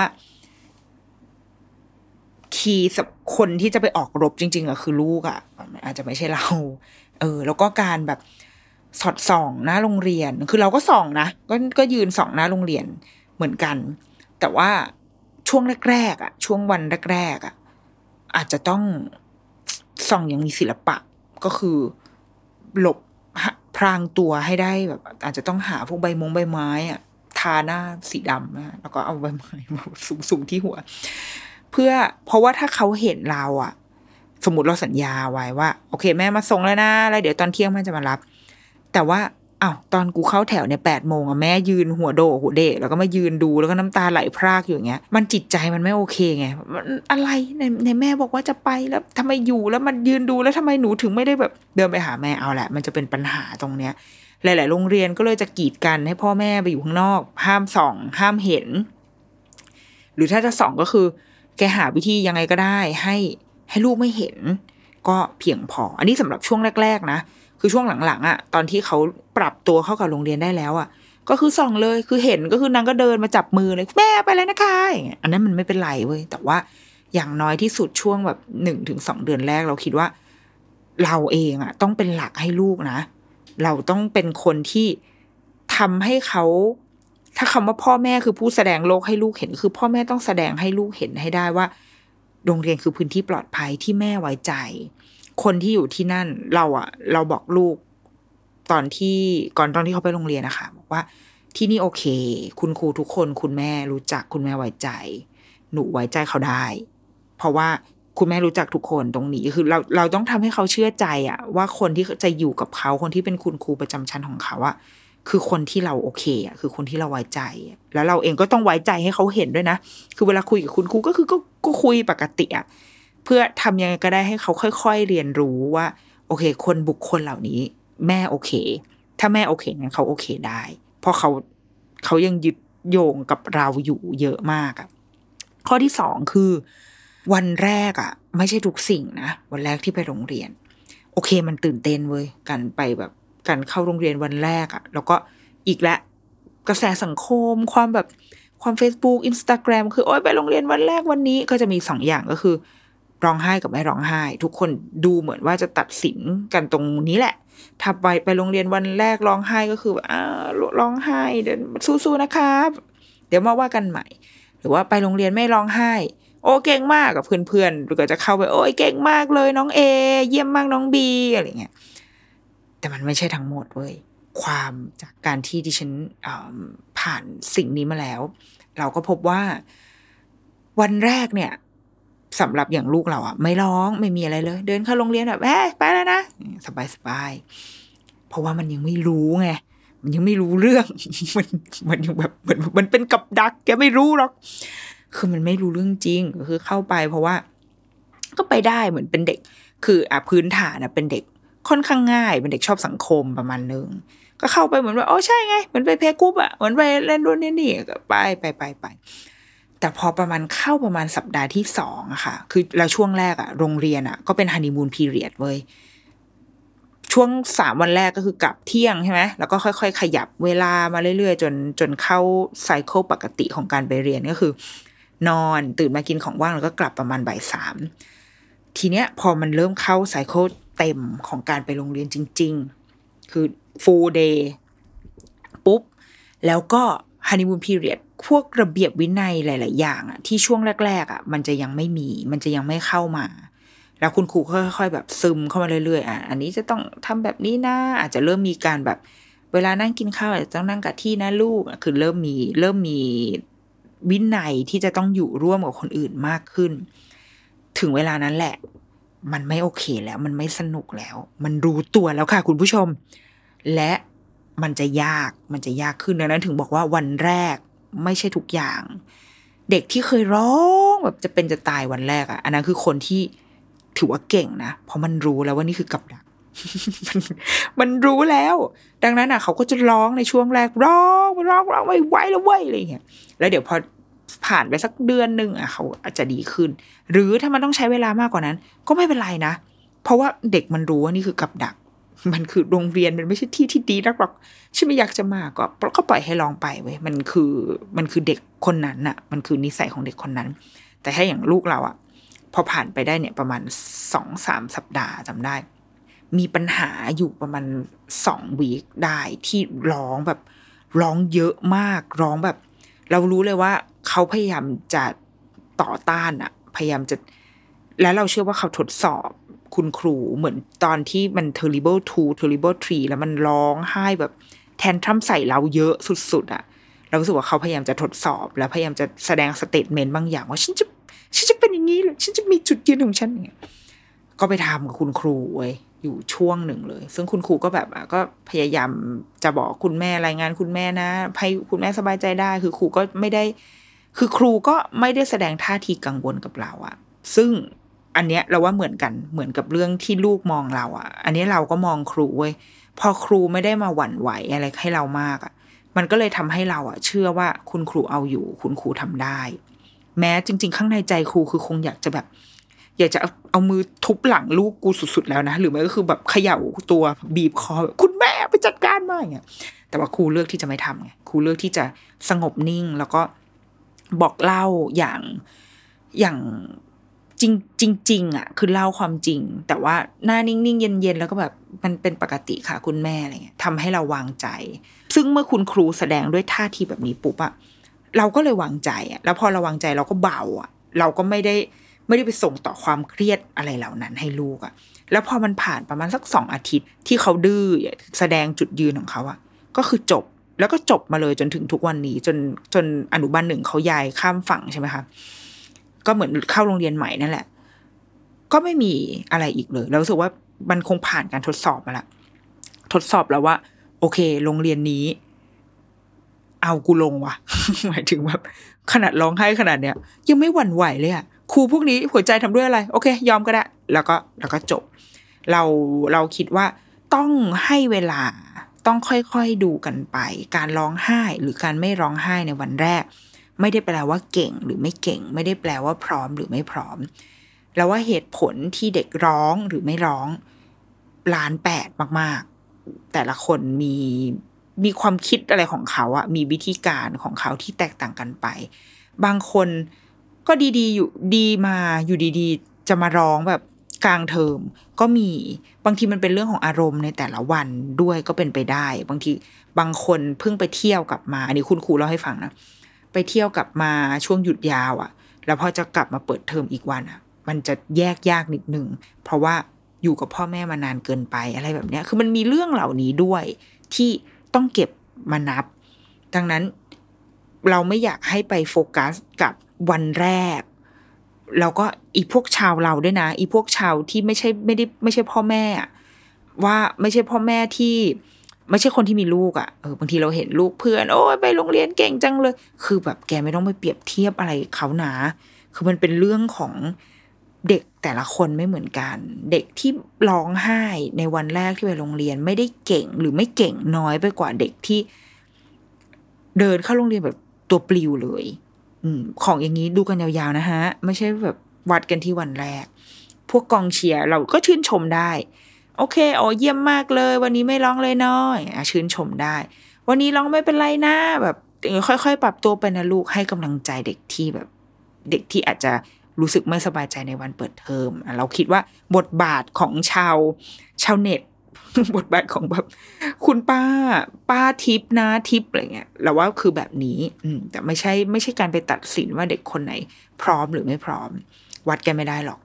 คีย์คนที่จะไปออกรบจริงๆอะคือลูกอะอาจจะไม่ใช่เราแล้วก็การแบบสอดส่องหน้าโรงเรียนคือเราก็ส่องนะก็ยืนส่องหน้าโรงเรียนเหมือนกันแต่ว่าช่วงแรกๆอะช่วงวันแรกๆอะอาจจะต้องส่องอย่างมีศิลปะก็คือหลบพรางตัวให้ได้แบบอาจจะต้องหาพวกใบไม้อะทาหน้าสีดำนะแล้วก็เอาใบไม้มาสุ่มๆที่หัวเพราะว่าถ้าเขาเห็นเราอะสมมติเราสัญญาไว้ว่าโอเคแม่มาส่งแล้วนะแล้วเดี๋ยวตอนเที่ยงแม่จะมารับแต่ว่าตอนกูเข้าแถวเนี่ย8:00อะแม่ยืนหัวโดหัวเดะแล้วก็มายืนดูแล้วก็น้ำตาไหลพรากอยู่อย่างเงี้ยมันจิตใจมันไม่โอเคไงมันอะไรในแม่บอกว่าจะไปแล้วทำไมอยู่แล้วมันยืนดูแล้วทำไมหนูถึงไม่ได้แบบเดินไปหาแม่เอาแหละมันจะเป็นปัญหาตรงเนี้ยหลายๆโรงเรียนก็เลยจะกีดกันให้พ่อแม่ไปอยู่ข้างนอกห้ามส่องห้ามเห็นหรือถ้าจะส่องก็คือแกหาวิธียังไงก็ได้ให้ลูกไม่เห็นก็เพียงพออันนี้สำหรับช่วงแรกๆนะคือช่วงหลังๆอ่ะตอนที่เขาปรับตัวเข้ากับโรงเรียนได้แล้วอ่ะก็คือส่องเลยคือเห็นก็คือนางก็เดินมาจับมือเลยแม่ไปเลยนะคะอย่างเงี้ยอันนั้นมันไม่เป็นไรเว้ยแต่ว่าอย่างน้อยที่สุดช่วงแบบ1-2 เดือนแรกเราคิดว่าเราเองอ่ะต้องเป็นหลักให้ลูกนะเราต้องเป็นคนที่ทำให้เขาถ้าคำว่าพ่อแม่คือผู้แสดงโลกให้ลูกเห็นคือพ่อแม่ต้องแสดงให้ลูกเห็นให้ได้ว่าโรงเรียนคือพื้นที่ปลอดภัยที่แม่ไว้ใจคนที่อยู่ที่นั่นเราบอกลูกตอนที่เขาไปโรงเรียนนะคะบอกว่าที่นี่โอเคคุณครูทุกคนคุณแม่รู้จักคุณแม่ไว้ใจหนูไว้ใจเขาได้เพราะว่าคุณแม่รู้จักทุกคนตรงนี้คือเราต้องทำให้เขาเชื่อใจอะว่าคนที่จะอยู่กับเขาคนที่เป็นคุณครูประจำชั้นของเขาอะคือคนที่เราโอเคอ่ะคือคนที่เราไว้ใจแล้วเราเองก็ต้องไว้ใจให้เขาเห็นด้วยนะคือเวลาคุยกับคุณครูก็คือก็คุยปกติอ่ะเพื่อทำยังไงก็ได้ให้เขาค่อยๆเรียนรู้ว่าโอเคคนบุคคลเหล่านี้แม่โอเคถ้าแม่โอเคงั้นเขาโอเคได้เพราะเขายังยึดโยงกับเราอยู่เยอะมากอ่ะข้อที่2คือวันแรกอ่ะไม่ใช่ทุกสิ่งนะวันแรกที่ไปโรงเรียนโอเคมันตื่นเต้นเว้ยกันไปแบบการเข้าโรงเรียนวันแรกอ่ะแล้วก็อีกและกระแสสังคมความ Facebook Instagram คือโอ๊ยไปโรงเรียนวันแรกวันนี้ก็จะมี2อย่างก็คือร้องไห้กับไม่ร้องไห้ทุกคนดูเหมือนว่าจะตัดสินกันตรงนี้แหละถ้าไปโรงเรียนวันแรกร้องไห้ก็คือร้องไห้เดี๋ยวสู้ๆนะครับเดี๋ยวมาว่ากันใหม่หรือว่าไปโรงเรียนไม่ร้องไห้โอ้เก่งมากกับเพื่อนๆหรือก็จะเข้าไปโอ้ยเก่งมากเลยน้องเอเยี่ยมมากน้องบีอะไรเงี้ยแต่มันไม่ใช่ทั้งหมดเว้ยความจากการที่ดิฉันผ่านสิ่งนี้มาแล้วเราก็พบว่าวันแรกเนี่ยสำหรับอย่างลูกเราอ่ะไม่ร้องไม่มีอะไรเลยเดินเข้าโรงเรียนแบบไปแล้วนะสบายเพราะว่ามันยังไม่รู้ไงมันยังไม่รู้เรื่อง มันยังแบบมันเป็นกับดักแกไม่รู้หรอกคือมันไม่รู้เรื่องจริงก็คือเข้าไปเพราะว่าก็ไปได้เหมือนเป็นเด็กคือพื้นฐานเป็นเด็กค่อนข้างง่ายเป็นเด็กชอบสังคมประมาณนึงก็เข้าไปเหมือนว่าใช่ไงเหมือนไปเพลย์กรุ๊ปเหมือนไปเล่นรุ่นนี่ก็ไปแต่พอประมาณสัปดาห์ที่2อะค่ะคือแล้วช่วงแรกโรงเรียนก็เป็นฮันนีมูนพีเรียดเว้ยช่วง3วันแรกก็คือกลับเที่ยงใช่ไหมแล้วก็ค่อยๆขยับเวลามาเรื่อยๆจนเข้าไซเคิลปกติของการไปเรียนก็คือนอนตื่นมากินของว่างแล้วก็กลับประมาณบ่าย 3ทีเนี้ยพอมันเริ่มเข้าไซเคิลเต็มของการไปโรงเรียนจริงๆคือ full day ปุ๊บแล้วก็ฮันนีมูนพีเรียดพวกระเบียบวินัยหลายๆอย่างที่ช่วงแรกๆมันจะยังไม่มีมันจะยังไม่เข้ามาแล้วคุณครูค่อยๆแบบซึมเข้ามาเรื่อยๆอันนี้จะต้องทำแบบนี้นะอาจจะเริ่มมีการแบบเวลานั่งกินข้าวจะต้องนั่งกับที่นะลูกคือเริ่มมีวินัยที่จะต้องอยู่ร่วมกับคนอื่นมากขึ้นถึงเวลานั้นแหละมันไม่โอเคแล้วมันไม่สนุกแล้วมันรู้ตัวแล้วค่ะคุณผู้ชมและมันจะยากขึ้นดังนั้นถึงบอกว่าวันแรกไม่ใช่ทุกอย่างเด็กที่เคยร้องแบบจะเป็นจะตายวันแรกอันนั้นคือคนที่ถือว่าเก่งนะเพราะมันรู้แล้วว่านี่คือกับดัก มันรู้แล้วดังนั้นเขาก็จะร้องในช่วงแรกร้องไม่ไหวแล้วเว้ยอะไรอย่างเงี้ยแล้วเดี๋ยวพอผ่านไปสักเดือนนึงเขาอาจจะดีขึ้นหรือถ้ามันต้องใช้เวลามากกว่านั้นก็ไม่เป็นไรนะเพราะว่าเด็กมันรู้ว่านี่คือกับดักมันคือโรงเรียนมันไม่ใช่ที่ที่ดีนักหรอกฉันไม่อยากจะมาก็ปล่อยให้ลองไปเว้ยมันคือเด็กคนนั้นน่ะมันคือนิสัยของเด็กคนนั้นแต่ถ้าอย่างลูกเราพอผ่านไปได้เนี่ยประมาณ 2-3 สัปดาห์จำได้มีปัญหาอยู่ประมาณ2 วีคได้ที่ร้องแบบร้องเยอะมากร้องแบบเรารู้เลยว่าเขาพยายามจะต่อต้านพยายามจะแล้วเราเชื่อว่าเขาทดสอบคุณครูเหมือนตอนที่มัน terrible 2 terrible 3แล้วมันร้องไห้แบบแทนทรัมใส่เราเยอะสุดๆเรารู้สึกว่าเขาพยายามจะทดสอบแล้วพยายามจะแสดงสเตทเมนต์บางอย่างว่าฉันจะเป็นอย่างนี้เลยฉันจะมีจุดยืนของฉันเนี่ยก็ไปทำกับคุณครูเว้ยอยู่ช่วงหนึ่งเลยซึ่งคุณครูก็แบบก็พยายามจะบอกคุณแม่รายงานคุณแม่นะให้คุณแม่สบายใจได้คือครูก็ไม่ได้คือครูก็ไม่ได้แสดงท่าทีกังวลกับเราซึ่งอันเนี้ยเราว่าเหมือนกันเหมือนกับเรื่องที่ลูกมองเราอันนี้เราก็มองครูเว้ยพอครูไม่ได้มาหวั่นไหวอะไรให้เรามากมันก็เลยทำให้เราเชื่อว่าคุณครูเอาอยู่คุณครูทำได้แม้จริงๆข้างในใจครูคือคงอยากจะแบบอยากจะเอามือทุบหลังลูกกูสุดๆแล้วนะหรือไม่ก็คือแบบเขย่าตัวบีบคอแบบคุณแม่ไปจัดการมาอย่างเงี้ยแต่ว่าครูเลือกที่จะไม่ทำไงครูเลือกที่จะสงบนิ่งแล้วก็บอกเล่าอย่างจริงคือเล่าความจริงแต่ว่าหน้านิ่งๆเย็นๆแล้วก็แบบมันเป็นปกติค่ะคุณแม่อะไรเงี้ยทำให้เราวางใจซึ่งเมื่อคุณครูแสดงด้วยท่าทีแบบนี้ปุ๊บเราก็เลยวางใจแล้วพอเราวางใจเราก็เบาเราก็ไม่ได้ไปส่งต่อความเครียดอะไรเหล่านั้นให้ลูกแล้วพอมันผ่านประมาณสัก2 อาทิตย์ที่เขาดื้อแสดงจุดยืนของเขาก็คือจบแล้วก็จบมาเลยจนถึงทุกวันนี้จนอนุบาล 1เขาย้ายข้ามฝั่งใช่ไหมคะก็เหมือนเข้าโรงเรียนใหม่นั่นแหละก็ไม่มีอะไรอีกเลยเรารู้สึกว่ามันคงผ่านการทดสอบมาละทดสอบแล้วว่าโอเคโรงเรียนนี้เอากูลงว่ะ หมายถึงแบบขนาดร้องไห้ขนาดเนี้ยยังไม่หวั่นไหวเลยครูพวกนี้หัวใจทำด้วยอะไรโอเคยอมก็ได้แล้วก็จบเราคิดว่าต้องให้เวลาต้องค่อยๆดูกันไปการร้องไห้หรือการไม่ร้องไห้ในวันแรกไม่ได้แปลว่าเก่งหรือไม่เก่งไม่ได้แปลว่าพร้อมหรือไม่พร้อมแล้วว่าเหตุผลที่เด็กร้องหรือไม่ร้อง1,800,000มากๆแต่ละคนมีความคิดอะไรของเขามีวิธีการของเขาที่แตกต่างกันไปบางคนก็ดีๆอยู่ดีมาอยู่ดีๆจะมาร้องแบบกลางเทอมก็มีบางทีมันเป็นเรื่องของอารมณ์ในแต่ละวันด้วยก็เป็นไปได้บางทีบางคนเพิ่งไปเที่ยวกลับมาอันนี้คุณครูเล่าให้ฟังนะไปเที่ยวกลับมาช่วงหยุดยาวแล้วพอจะกลับมาเปิดเทอมอีกวันมันจะแยกยากนิดนึงเพราะว่าอยู่กับพ่อแม่มานานเกินไปอะไรแบบนี้คือมันมีเรื่องเหล่านี้ด้วยที่ต้องเก็บมานับดังนั้นเราไม่อยากให้ไปโฟกัสกับวันแรกแล้วก็อีพวกชาวเราด้วยนะอีพวกชาวที่ไม่ใช่พ่อแม่ว่าไม่ใช่พ่อแม่ที่ไม่ใช่คนที่มีลูกบางทีเราเห็นลูกเพื่อนโอ้ยไปโรงเรียนเก่งจังเลยคือแบบแกไม่ต้องไปเปรียบเทียบอะไรเขานะคือมันเป็นเรื่องของเด็กแต่ละคนไม่เหมือนกันเด็กที่ร้องไห้ในวันแรกที่ไปโรงเรียนไม่ได้เก่งหรือไม่เก่งน้อยไปกว่าเด็กที่เดินเข้าโรงเรียนแบบตัวปลิวเลยของอย่างนี้ดูกันยาวๆนะฮะไม่ใช่แบบวัดกันที่วันแรกพวกกองเชียร์เราก็ชื่นชมได้โอเคเยี่ยมมากเลยวันนี้ไม่ร้องเลยน้อยชื่นชมได้วันนี้ร้องไม่เป็นไรนะแบบค่อยๆปรับตัวไปนะลูกให้กำลังใจเด็กที่แบบเด็กที่อาจจะรู้สึกไม่สบายใจในวันเปิดเทอมเราคิดว่าบทบาทของชาวเน็ต บทบาทของแบบคุณป้าทิปนะทิปอะไรเงี้ยเราว่าคือแบบนี้แต่ไม่ใช่การไปตัดสินว่าเด็กคนไหนพร้อมหรือไม่พร้อมวัดกันไม่ได้หรอก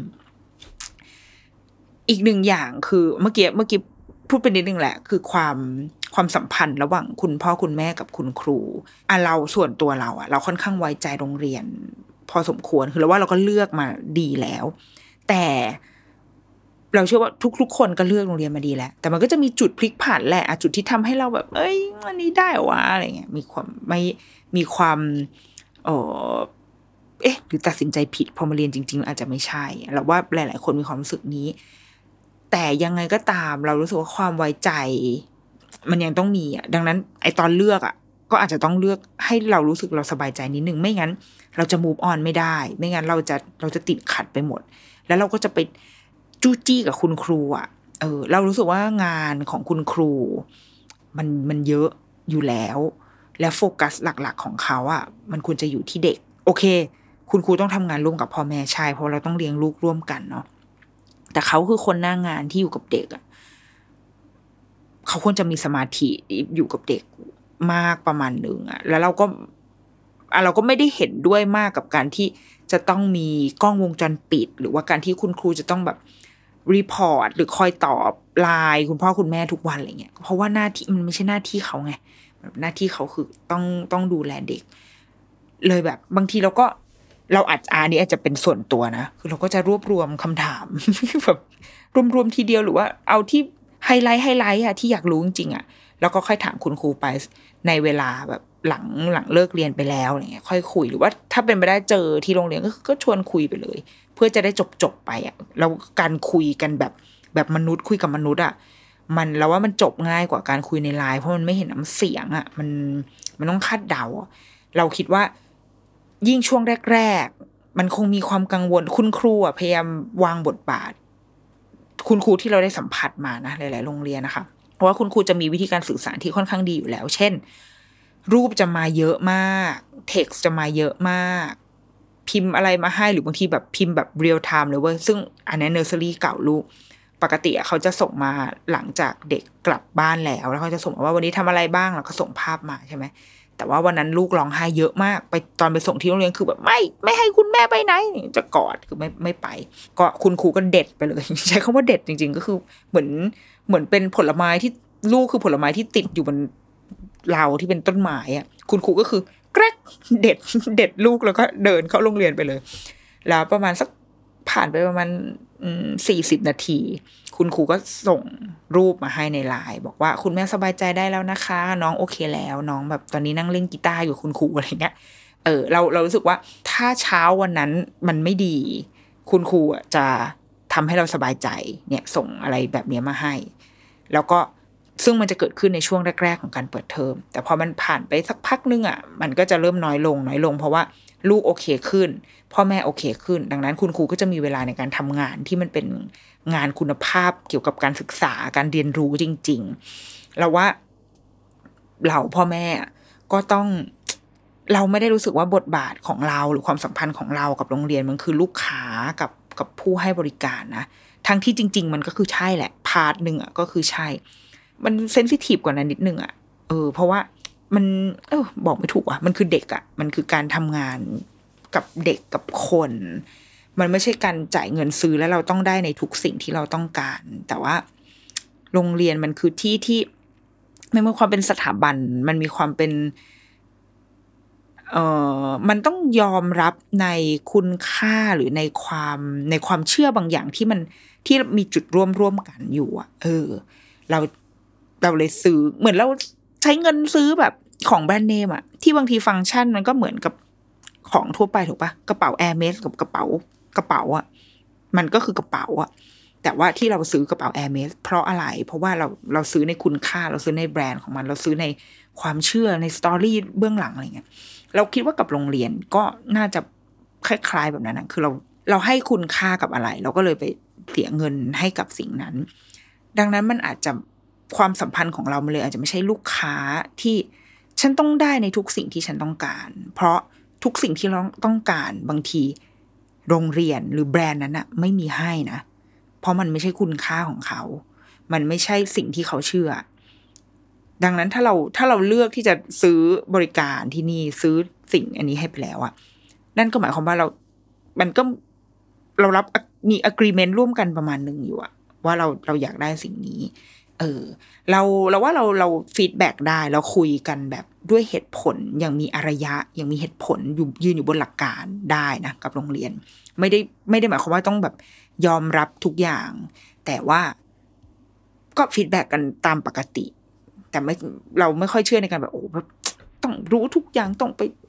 อีกหนึ่งอย่างคือเมื่อกี้พูดไปนิดนึงแหละคือความสัมพันธ์ระหว่างคุณพ่อคุณแม่กับคุณครูเราส่วนตัวเราค่อนข้างไว้ใจโรงเรียนพอสมควรคือเราว่าเราก็เลือกมาดีแล้วแต่เราเชื่อว่าทุกคนก็เลือกโรงเรียนมาดีแล้วแต่มันก็จะมีจุดพลิกผันแหละจุดที่ทำให้เราแบบอันนี้ได้วะอะไรเงี้ยมีความหรือตัดสินใจผิดพอมาเรียนจริงๆอาจจะไม่ใช่เราว่าหลายๆคนมีความรู้สึกนี้แต่ยังไงก็ตามเรารู้สึกว่าความไว้ใจมันยังต้องมีดังนั้นไอตอนเลือกก็อาจจะต้องเลือกให้เรารู้สึกเราสบายใจนิดนึงไม่งั้นเราจะ move on ไม่ได้ไม่งั้นเราจะติดขัดไปหมดแล้วเราก็จะไปจู้จี้กับคุณครูเรารู้สึกว่างานของคุณครูมันเยอะอยู่แล้วและโฟกัสหลักๆของเขามันควรจะอยู่ที่เด็กโอเคคุณครูต้องทำงานร่วมกับพ่อแม่ใช่เพราะเราต้องเลี้ยงลูกร่วมกันเนาะแต่เขาคือคนหน้างานที่อยู่กับเด็กเขาควรจะมีสมาธิอยู่กับเด็กมากประมาณนึงแล้วเราก็ไม่ได้เห็นด้วยมากกับการที่จะต้องมีกล้องวงจรปิดหรือว่าการที่คุณครูจะต้องแบบรีพอร์ตหรือคอยตอบไลน์คุณพ่อคุณแม่ทุกวันอะไรเงี้ยเพราะว่าหน้าที่มันไม่ใช่หน้าที่เขาไงแบบหน้าที่เขาคือต้องดูแลเด็กเลยแบบบางทีเราอาจนี้อาจจะเป็นส่วนตัวนะคือเราก็จะรวบรวมคำถาม แบบรวมทีเดียวหรือว่าเอาที่ไฮไลท์ที่อยากรู้จริงๆแล้วก็ค่อยถามคุณครูไปในเวลาแบบหลังเลิกเรียนไปแล้วอะไรเงี้ยค่อยคุยหรือว่าถ้าเป็นไปได้เจอที่โรงเรียนก็ชวนคุยไปเลยเพื่อจะได้จบไปแล้วการคุยกันแบบมนุษย์คุยกับมนุษย์มันเราว่ามันจบง่ายกว่าการคุยในไลน์เพราะมันไม่เห็นน้ำเสียงมันต้องคาดเดาเราคิดว่ายิ่งช่วงแรกๆมันคงมีความกังวลคุณครูพยายามวางบทบาทคุณครูที่เราได้สัมผัสมานะหลายๆโรงเรียนนะคะเพราะว่าคุณครูจะมีวิธีการสื่อสารที่ค่อนข้างดีอยู่แล้วเช่นรูปจะมาเยอะมากเท็กซ์จะมาเยอะมากพิมพ์อะไรมาให้หรือบางทีแบบพิมพ์แบบเรียลไทม์เลยเว้ยซึ่งอันนี้เนอร์เซอรี่เก่าลูกปกติเขาจะส่งมาหลังจากเด็กกลับบ้านแล้วเขาจะส่งมาว่าวันนี้ทำอะไรบ้างแล้วก็ส่งภาพมาใช่ไหมแต่ว่าวันนั้นลูกร้องไห้เยอะมากไปตอนไปส่งที่โรงเรียนคือแบบไม่ให้คุณแม่ไปไหนจะกอดคือไม่ไปก็คุณครูก็เด็ดไปเลย ใช้คำว่าเด็ดจริงๆก็คือเหมือนเป็นผลไม้ที่ลูกคือผลไม้ที่ติดอยู่บนเราที่เป็นต้นไม้คุณครูก็คือแกรกเด็ดลูกแล้วก็เดินเข้าโรงเรียนไปเลยแล้วประมาณสักผ่านไปประมาณ40 นาทีคุณครูก็ส่งรูปมาให้ในไลน์บอกว่าคุณแม่สบายใจได้แล้วนะคะน้องโอเคแล้วน้องแบบตอนนี้นั่งเล่นกีตาร์อยู่คุณครูอะไรเงี้ยเรารู้สึกว่าถ้าเช้าวันนั้นมันไม่ดีคุณครูจะทำให้เราสบายใจเนี่ยส่งอะไรแบบนี้มาให้แล้วก็ซึ่งมันจะเกิดขึ้นในช่วงแรกๆของการเปิดเทอมแต่พอมันผ่านไปสักพักนึงมันก็จะเริ่มน้อยลงเพราะว่าลูกโอเคขึ้นพ่อแม่โอเคขึ้นดังนั้นคุณครูก็จะมีเวลาในการทำงานที่มันเป็นงานคุณภาพเกี่ยวกับการศึกษาการเรียนรู้จริงๆเราว่าเราพ่อแม่ก็ต้องเราไม่ได้รู้สึกว่าบทบาทของเราหรือความสัมพันธ์ของเรากับโรงเรียนมันคือลูกค้ากับผู้ให้บริการนะทั้งที่จริงๆมันก็คือใช่แหละพาร์ทนึงก็คือใช่มันเซนซิทีฟกว่านั้นนิดนึงเพราะว่ามันบอกไม่ถูกมันคือเด็กมันคือการทำงานกับเด็กกับคนมันไม่ใช่การจ่ายเงินซื้อแล้วเราต้องได้ในทุกสิ่งที่เราต้องการแต่ว่าโรงเรียนมันคือที่มันมีความเป็นสถาบันมันมีความเป็นมันต้องยอมรับในคุณค่าหรือในความเชื่อบางอย่างที่มีจุดร่วมกันอยู่เราเลยซื้อเหมือนเราใช้เงินซื้อแบบของแบรนด์เนมที่บางทีฟังก์ชันมันก็เหมือนกับของทั่วไปถูกปะกระเป๋า Hermes กับกระเป๋ามันก็คือกระเป๋าแต่ว่าที่เราซื้อกระเป๋า Hermes เพราะอะไรเพราะว่าเราซื้อในคุณค่าเราซื้อในแบรนด์ของมันเราซื้อในความเชื่อในสตอรี่เบื้องหลังอะไรเงี้ยเราคิดว่ากับโรงเรียนก็น่าจะคล้ายๆแบบนั้นคือเราให้คุณค่ากับอะไรเราก็เลยไปเสียเงินให้กับสิ่งนั้นดังนั้นมันอาจจะความสัมพันธ์ของเรามันเลยอาจจะไม่ใช่ลูกค้าที่ฉันต้องได้ในทุกสิ่งที่ฉันต้องการเพราะทุกสิ่งที่เราต้องการบางทีโรงเรียนหรือแบรนด์นั้นไม่มีให้นะเพราะมันไม่ใช่คุณค่าของเขามันไม่ใช่สิ่งที่เขาเชื่อดังนั้นถ้าเราเลือกที่จะซื้อบริการที่นี่ซื้อสิ่งอันนี้ให้ไปแล้วนั่นก็หมายความว่าเรารับมี agreement ร่วมกันประมาณนึงอยู่ว่าเราอยากได้สิ่งนี้เราว่าเราฟีดแบ็กได้เราคุยกันแบบด้วยเหตุผลอย่างมีอารยะอย่างมีเหตุผลยืนอยู่บนหลักการได้นะกับโรงเรียนไม่ได้หมายความว่าต้องแบบยอมรับทุกอย่างแต่ว่าก็ฟีดแบ็กกันตามปกติแต่เราไม่ค่อยเชื่อในการแบบแบบต้องรู้ทุกอย่างต้องไป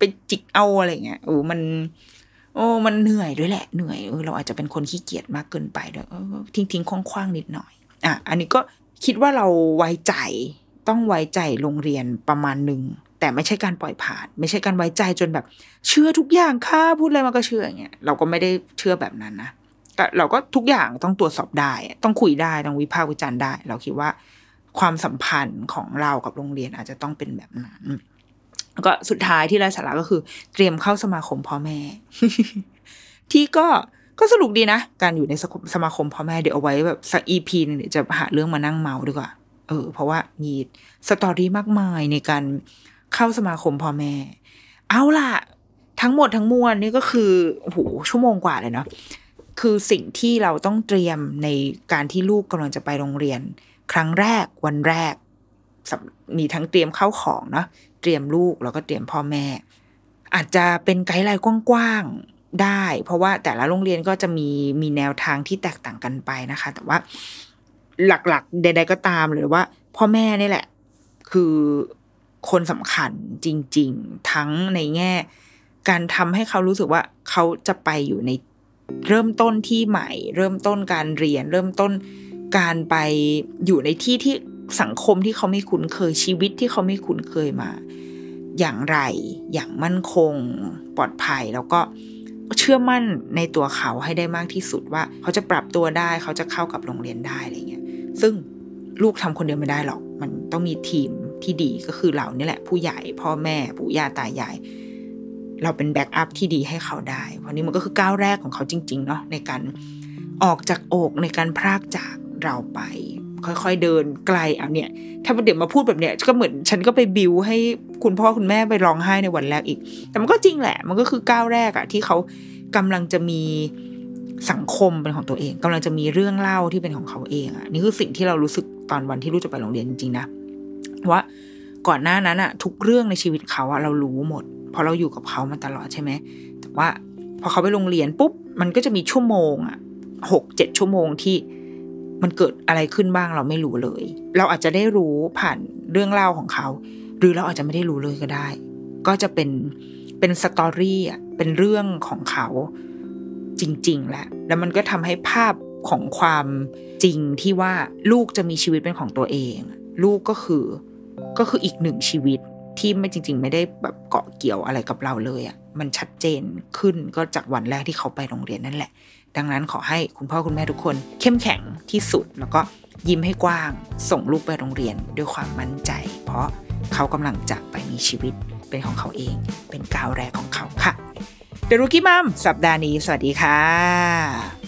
ไปจิกเอาอะไรเงี้ยมันเหนื่อยด้วยแหละเหนื่อยเราอาจจะเป็นคนขี้เกียจมากเกินไปด้วยทิ้งๆคว้างๆนิดหน่อยอันนี้ก็คิดว่าเราไว้ใจต้องไว้ใจโรงเรียนประมาณนึงแต่ไม่ใช่การปล่อยผ่านไม่ใช่การไว้ใจจนแบบเชื่อทุกอย่างค่ะพูดอะไรมาก็เชื่ออย่างเงี้ยเราก็ไม่ได้เชื่อแบบนั้นนะเราก็ทุกอย่างต้องตรวจสอบได้ต้องคุยได้ต้องวิพากษ์วิจารณ์ได้เราคิดว่าความสัมพันธ์ของเรากับโรงเรียนอาจจะต้องเป็นแบบนั้นแล้วก็สุดท้ายที่ไร้สาระก็คือเตรียมเข้าสมาคมพ่อแม่ ที่ก็สนุกดีนะการอยู่ในสมาคมพ่อแม่เดี๋ยวเอาไว้แบบสัก EP นึงเดี๋ยวจะหาเรื่องมานั่งเมาดีกว่าเพราะว่ามีสตอรี่มากมายในการเข้าสมาคมพ่อแม่เอาล่ะทั้งหมดทั้งมวลนี่ก็คือโอ้โหชั่วโมงกว่าเลยเนาะคือสิ่งที่เราต้องเตรียมในการที่ลูกกำลังจะไปโรงเรียนครั้งแรกวันแรกมีทั้งเตรียมเข้าของเนาะเตรียมลูกแล้วก็เตรียมพ่อแม่อาจจะเป็นไกด์ไลน์กว้างๆได้เพราะว่าแต่ละโรงเรียนก็จะมีแนวทางที่แตกต่างกันไปนะคะแต่ว่าหลักๆใดๆก็ตามเลยว่าพ่อแม่นี่แหละคือคนสำคัญจริงๆทั้งในแง่การทำให้เขารู้สึกว่าเขาจะไปอยู่ในเริ่มต้นที่ใหม่เริ่มต้นการเรียนเริ่มต้นการไปอยู่ในที่ที่สังคมที่เขาไม่คุ้นเคยชีวิตที่เขาไม่คุ้นเคยมาอย่างไรอย่างมั่นคงปลอดภัยแล้วก็เชื่อมั่นในตัวเขาให้ได้มากที่สุดว่าเขาจะปรับตัวได้เขาจะเข้ากับโรงเรียนได้อะไรเงี้ยซึ่งลูกทำคนเดียวไม่ได้หรอกมันต้องมีทีมที่ดีก็คือเรานี่แหละผู้ใหญ่พ่อแม่ปู่ย่าตายายเราเป็นแบ็กอัพที่ดีให้เขาได้เพราะนี้มันก็คือก้าวแรกของเขาจริงๆเนาะในการออกจากอกในการพรากจากเราไปค่อยๆเดินไกลเอาเนี่ยถ้าเดี๋ยวมาพูดแบบเนี้ยก็เหมือนฉันก็ไปบิวให้คุณพ่อคุณแม่ไปร้องไห้ในวันแรกอีกแต่มันก็จริงแหละมันก็คือก้าวแรกอะที่เขากำลังจะมีสังคมเป็นของตัวเองกำลังจะมีเรื่องเล่าที่เป็นของเขาเองอะนี่คือสิ่งที่เรารู้สึกตอนวันที่ลูกจะไปโรงเรียนจริงๆนะว่าก่อนหน้านั้นอะทุกเรื่องในชีวิตเขาอะเรารู้หมดเพราะเราอยู่กับเขามาตลอดใช่ไหมแต่ว่าพอเขาไปโรงเรียนปุ๊บมันก็จะมีชั่วโมงอะ6-7 ชั่วโมงที่มันเกิดอะไรขึ้นบ้างเราไม่รู้เลยเราอาจจะได้รู้ผ่านเรื่องเล่าของเขาหรือเราอาจจะไม่ได้รู้เลยก็ได้ก็จะเป็นสตอรี่อ่ะเป็นเรื่องของเขาจริงๆแล้วมันก็ทำให้ภาพของความจริงที่ว่าลูกจะมีชีวิตเป็นของตัวเองลูกก็คืออีกหนึ่งชีวิตที่ไม่จริงๆไม่ได้แบบเกาะเกี่ยวอะไรกับเราเลยอ่ะมันชัดเจนขึ้นก็จากวันแรกที่เขาไปโรงเรียนนั่นแหละดังนั้นขอให้คุณพ่อคุณแม่ทุกคนเข้มแข็งที่สุดแล้วก็ยิ้มให้กว้างส่งลูกไปโรงเรียนด้วยความมั่นใจเพราะเขากำลังจะไปมีชีวิตเป็นของเขาเองเป็นก้าวแรกของเขาค่ะ The Rookie Mom สัปดาห์นี้สวัสดีค่ะ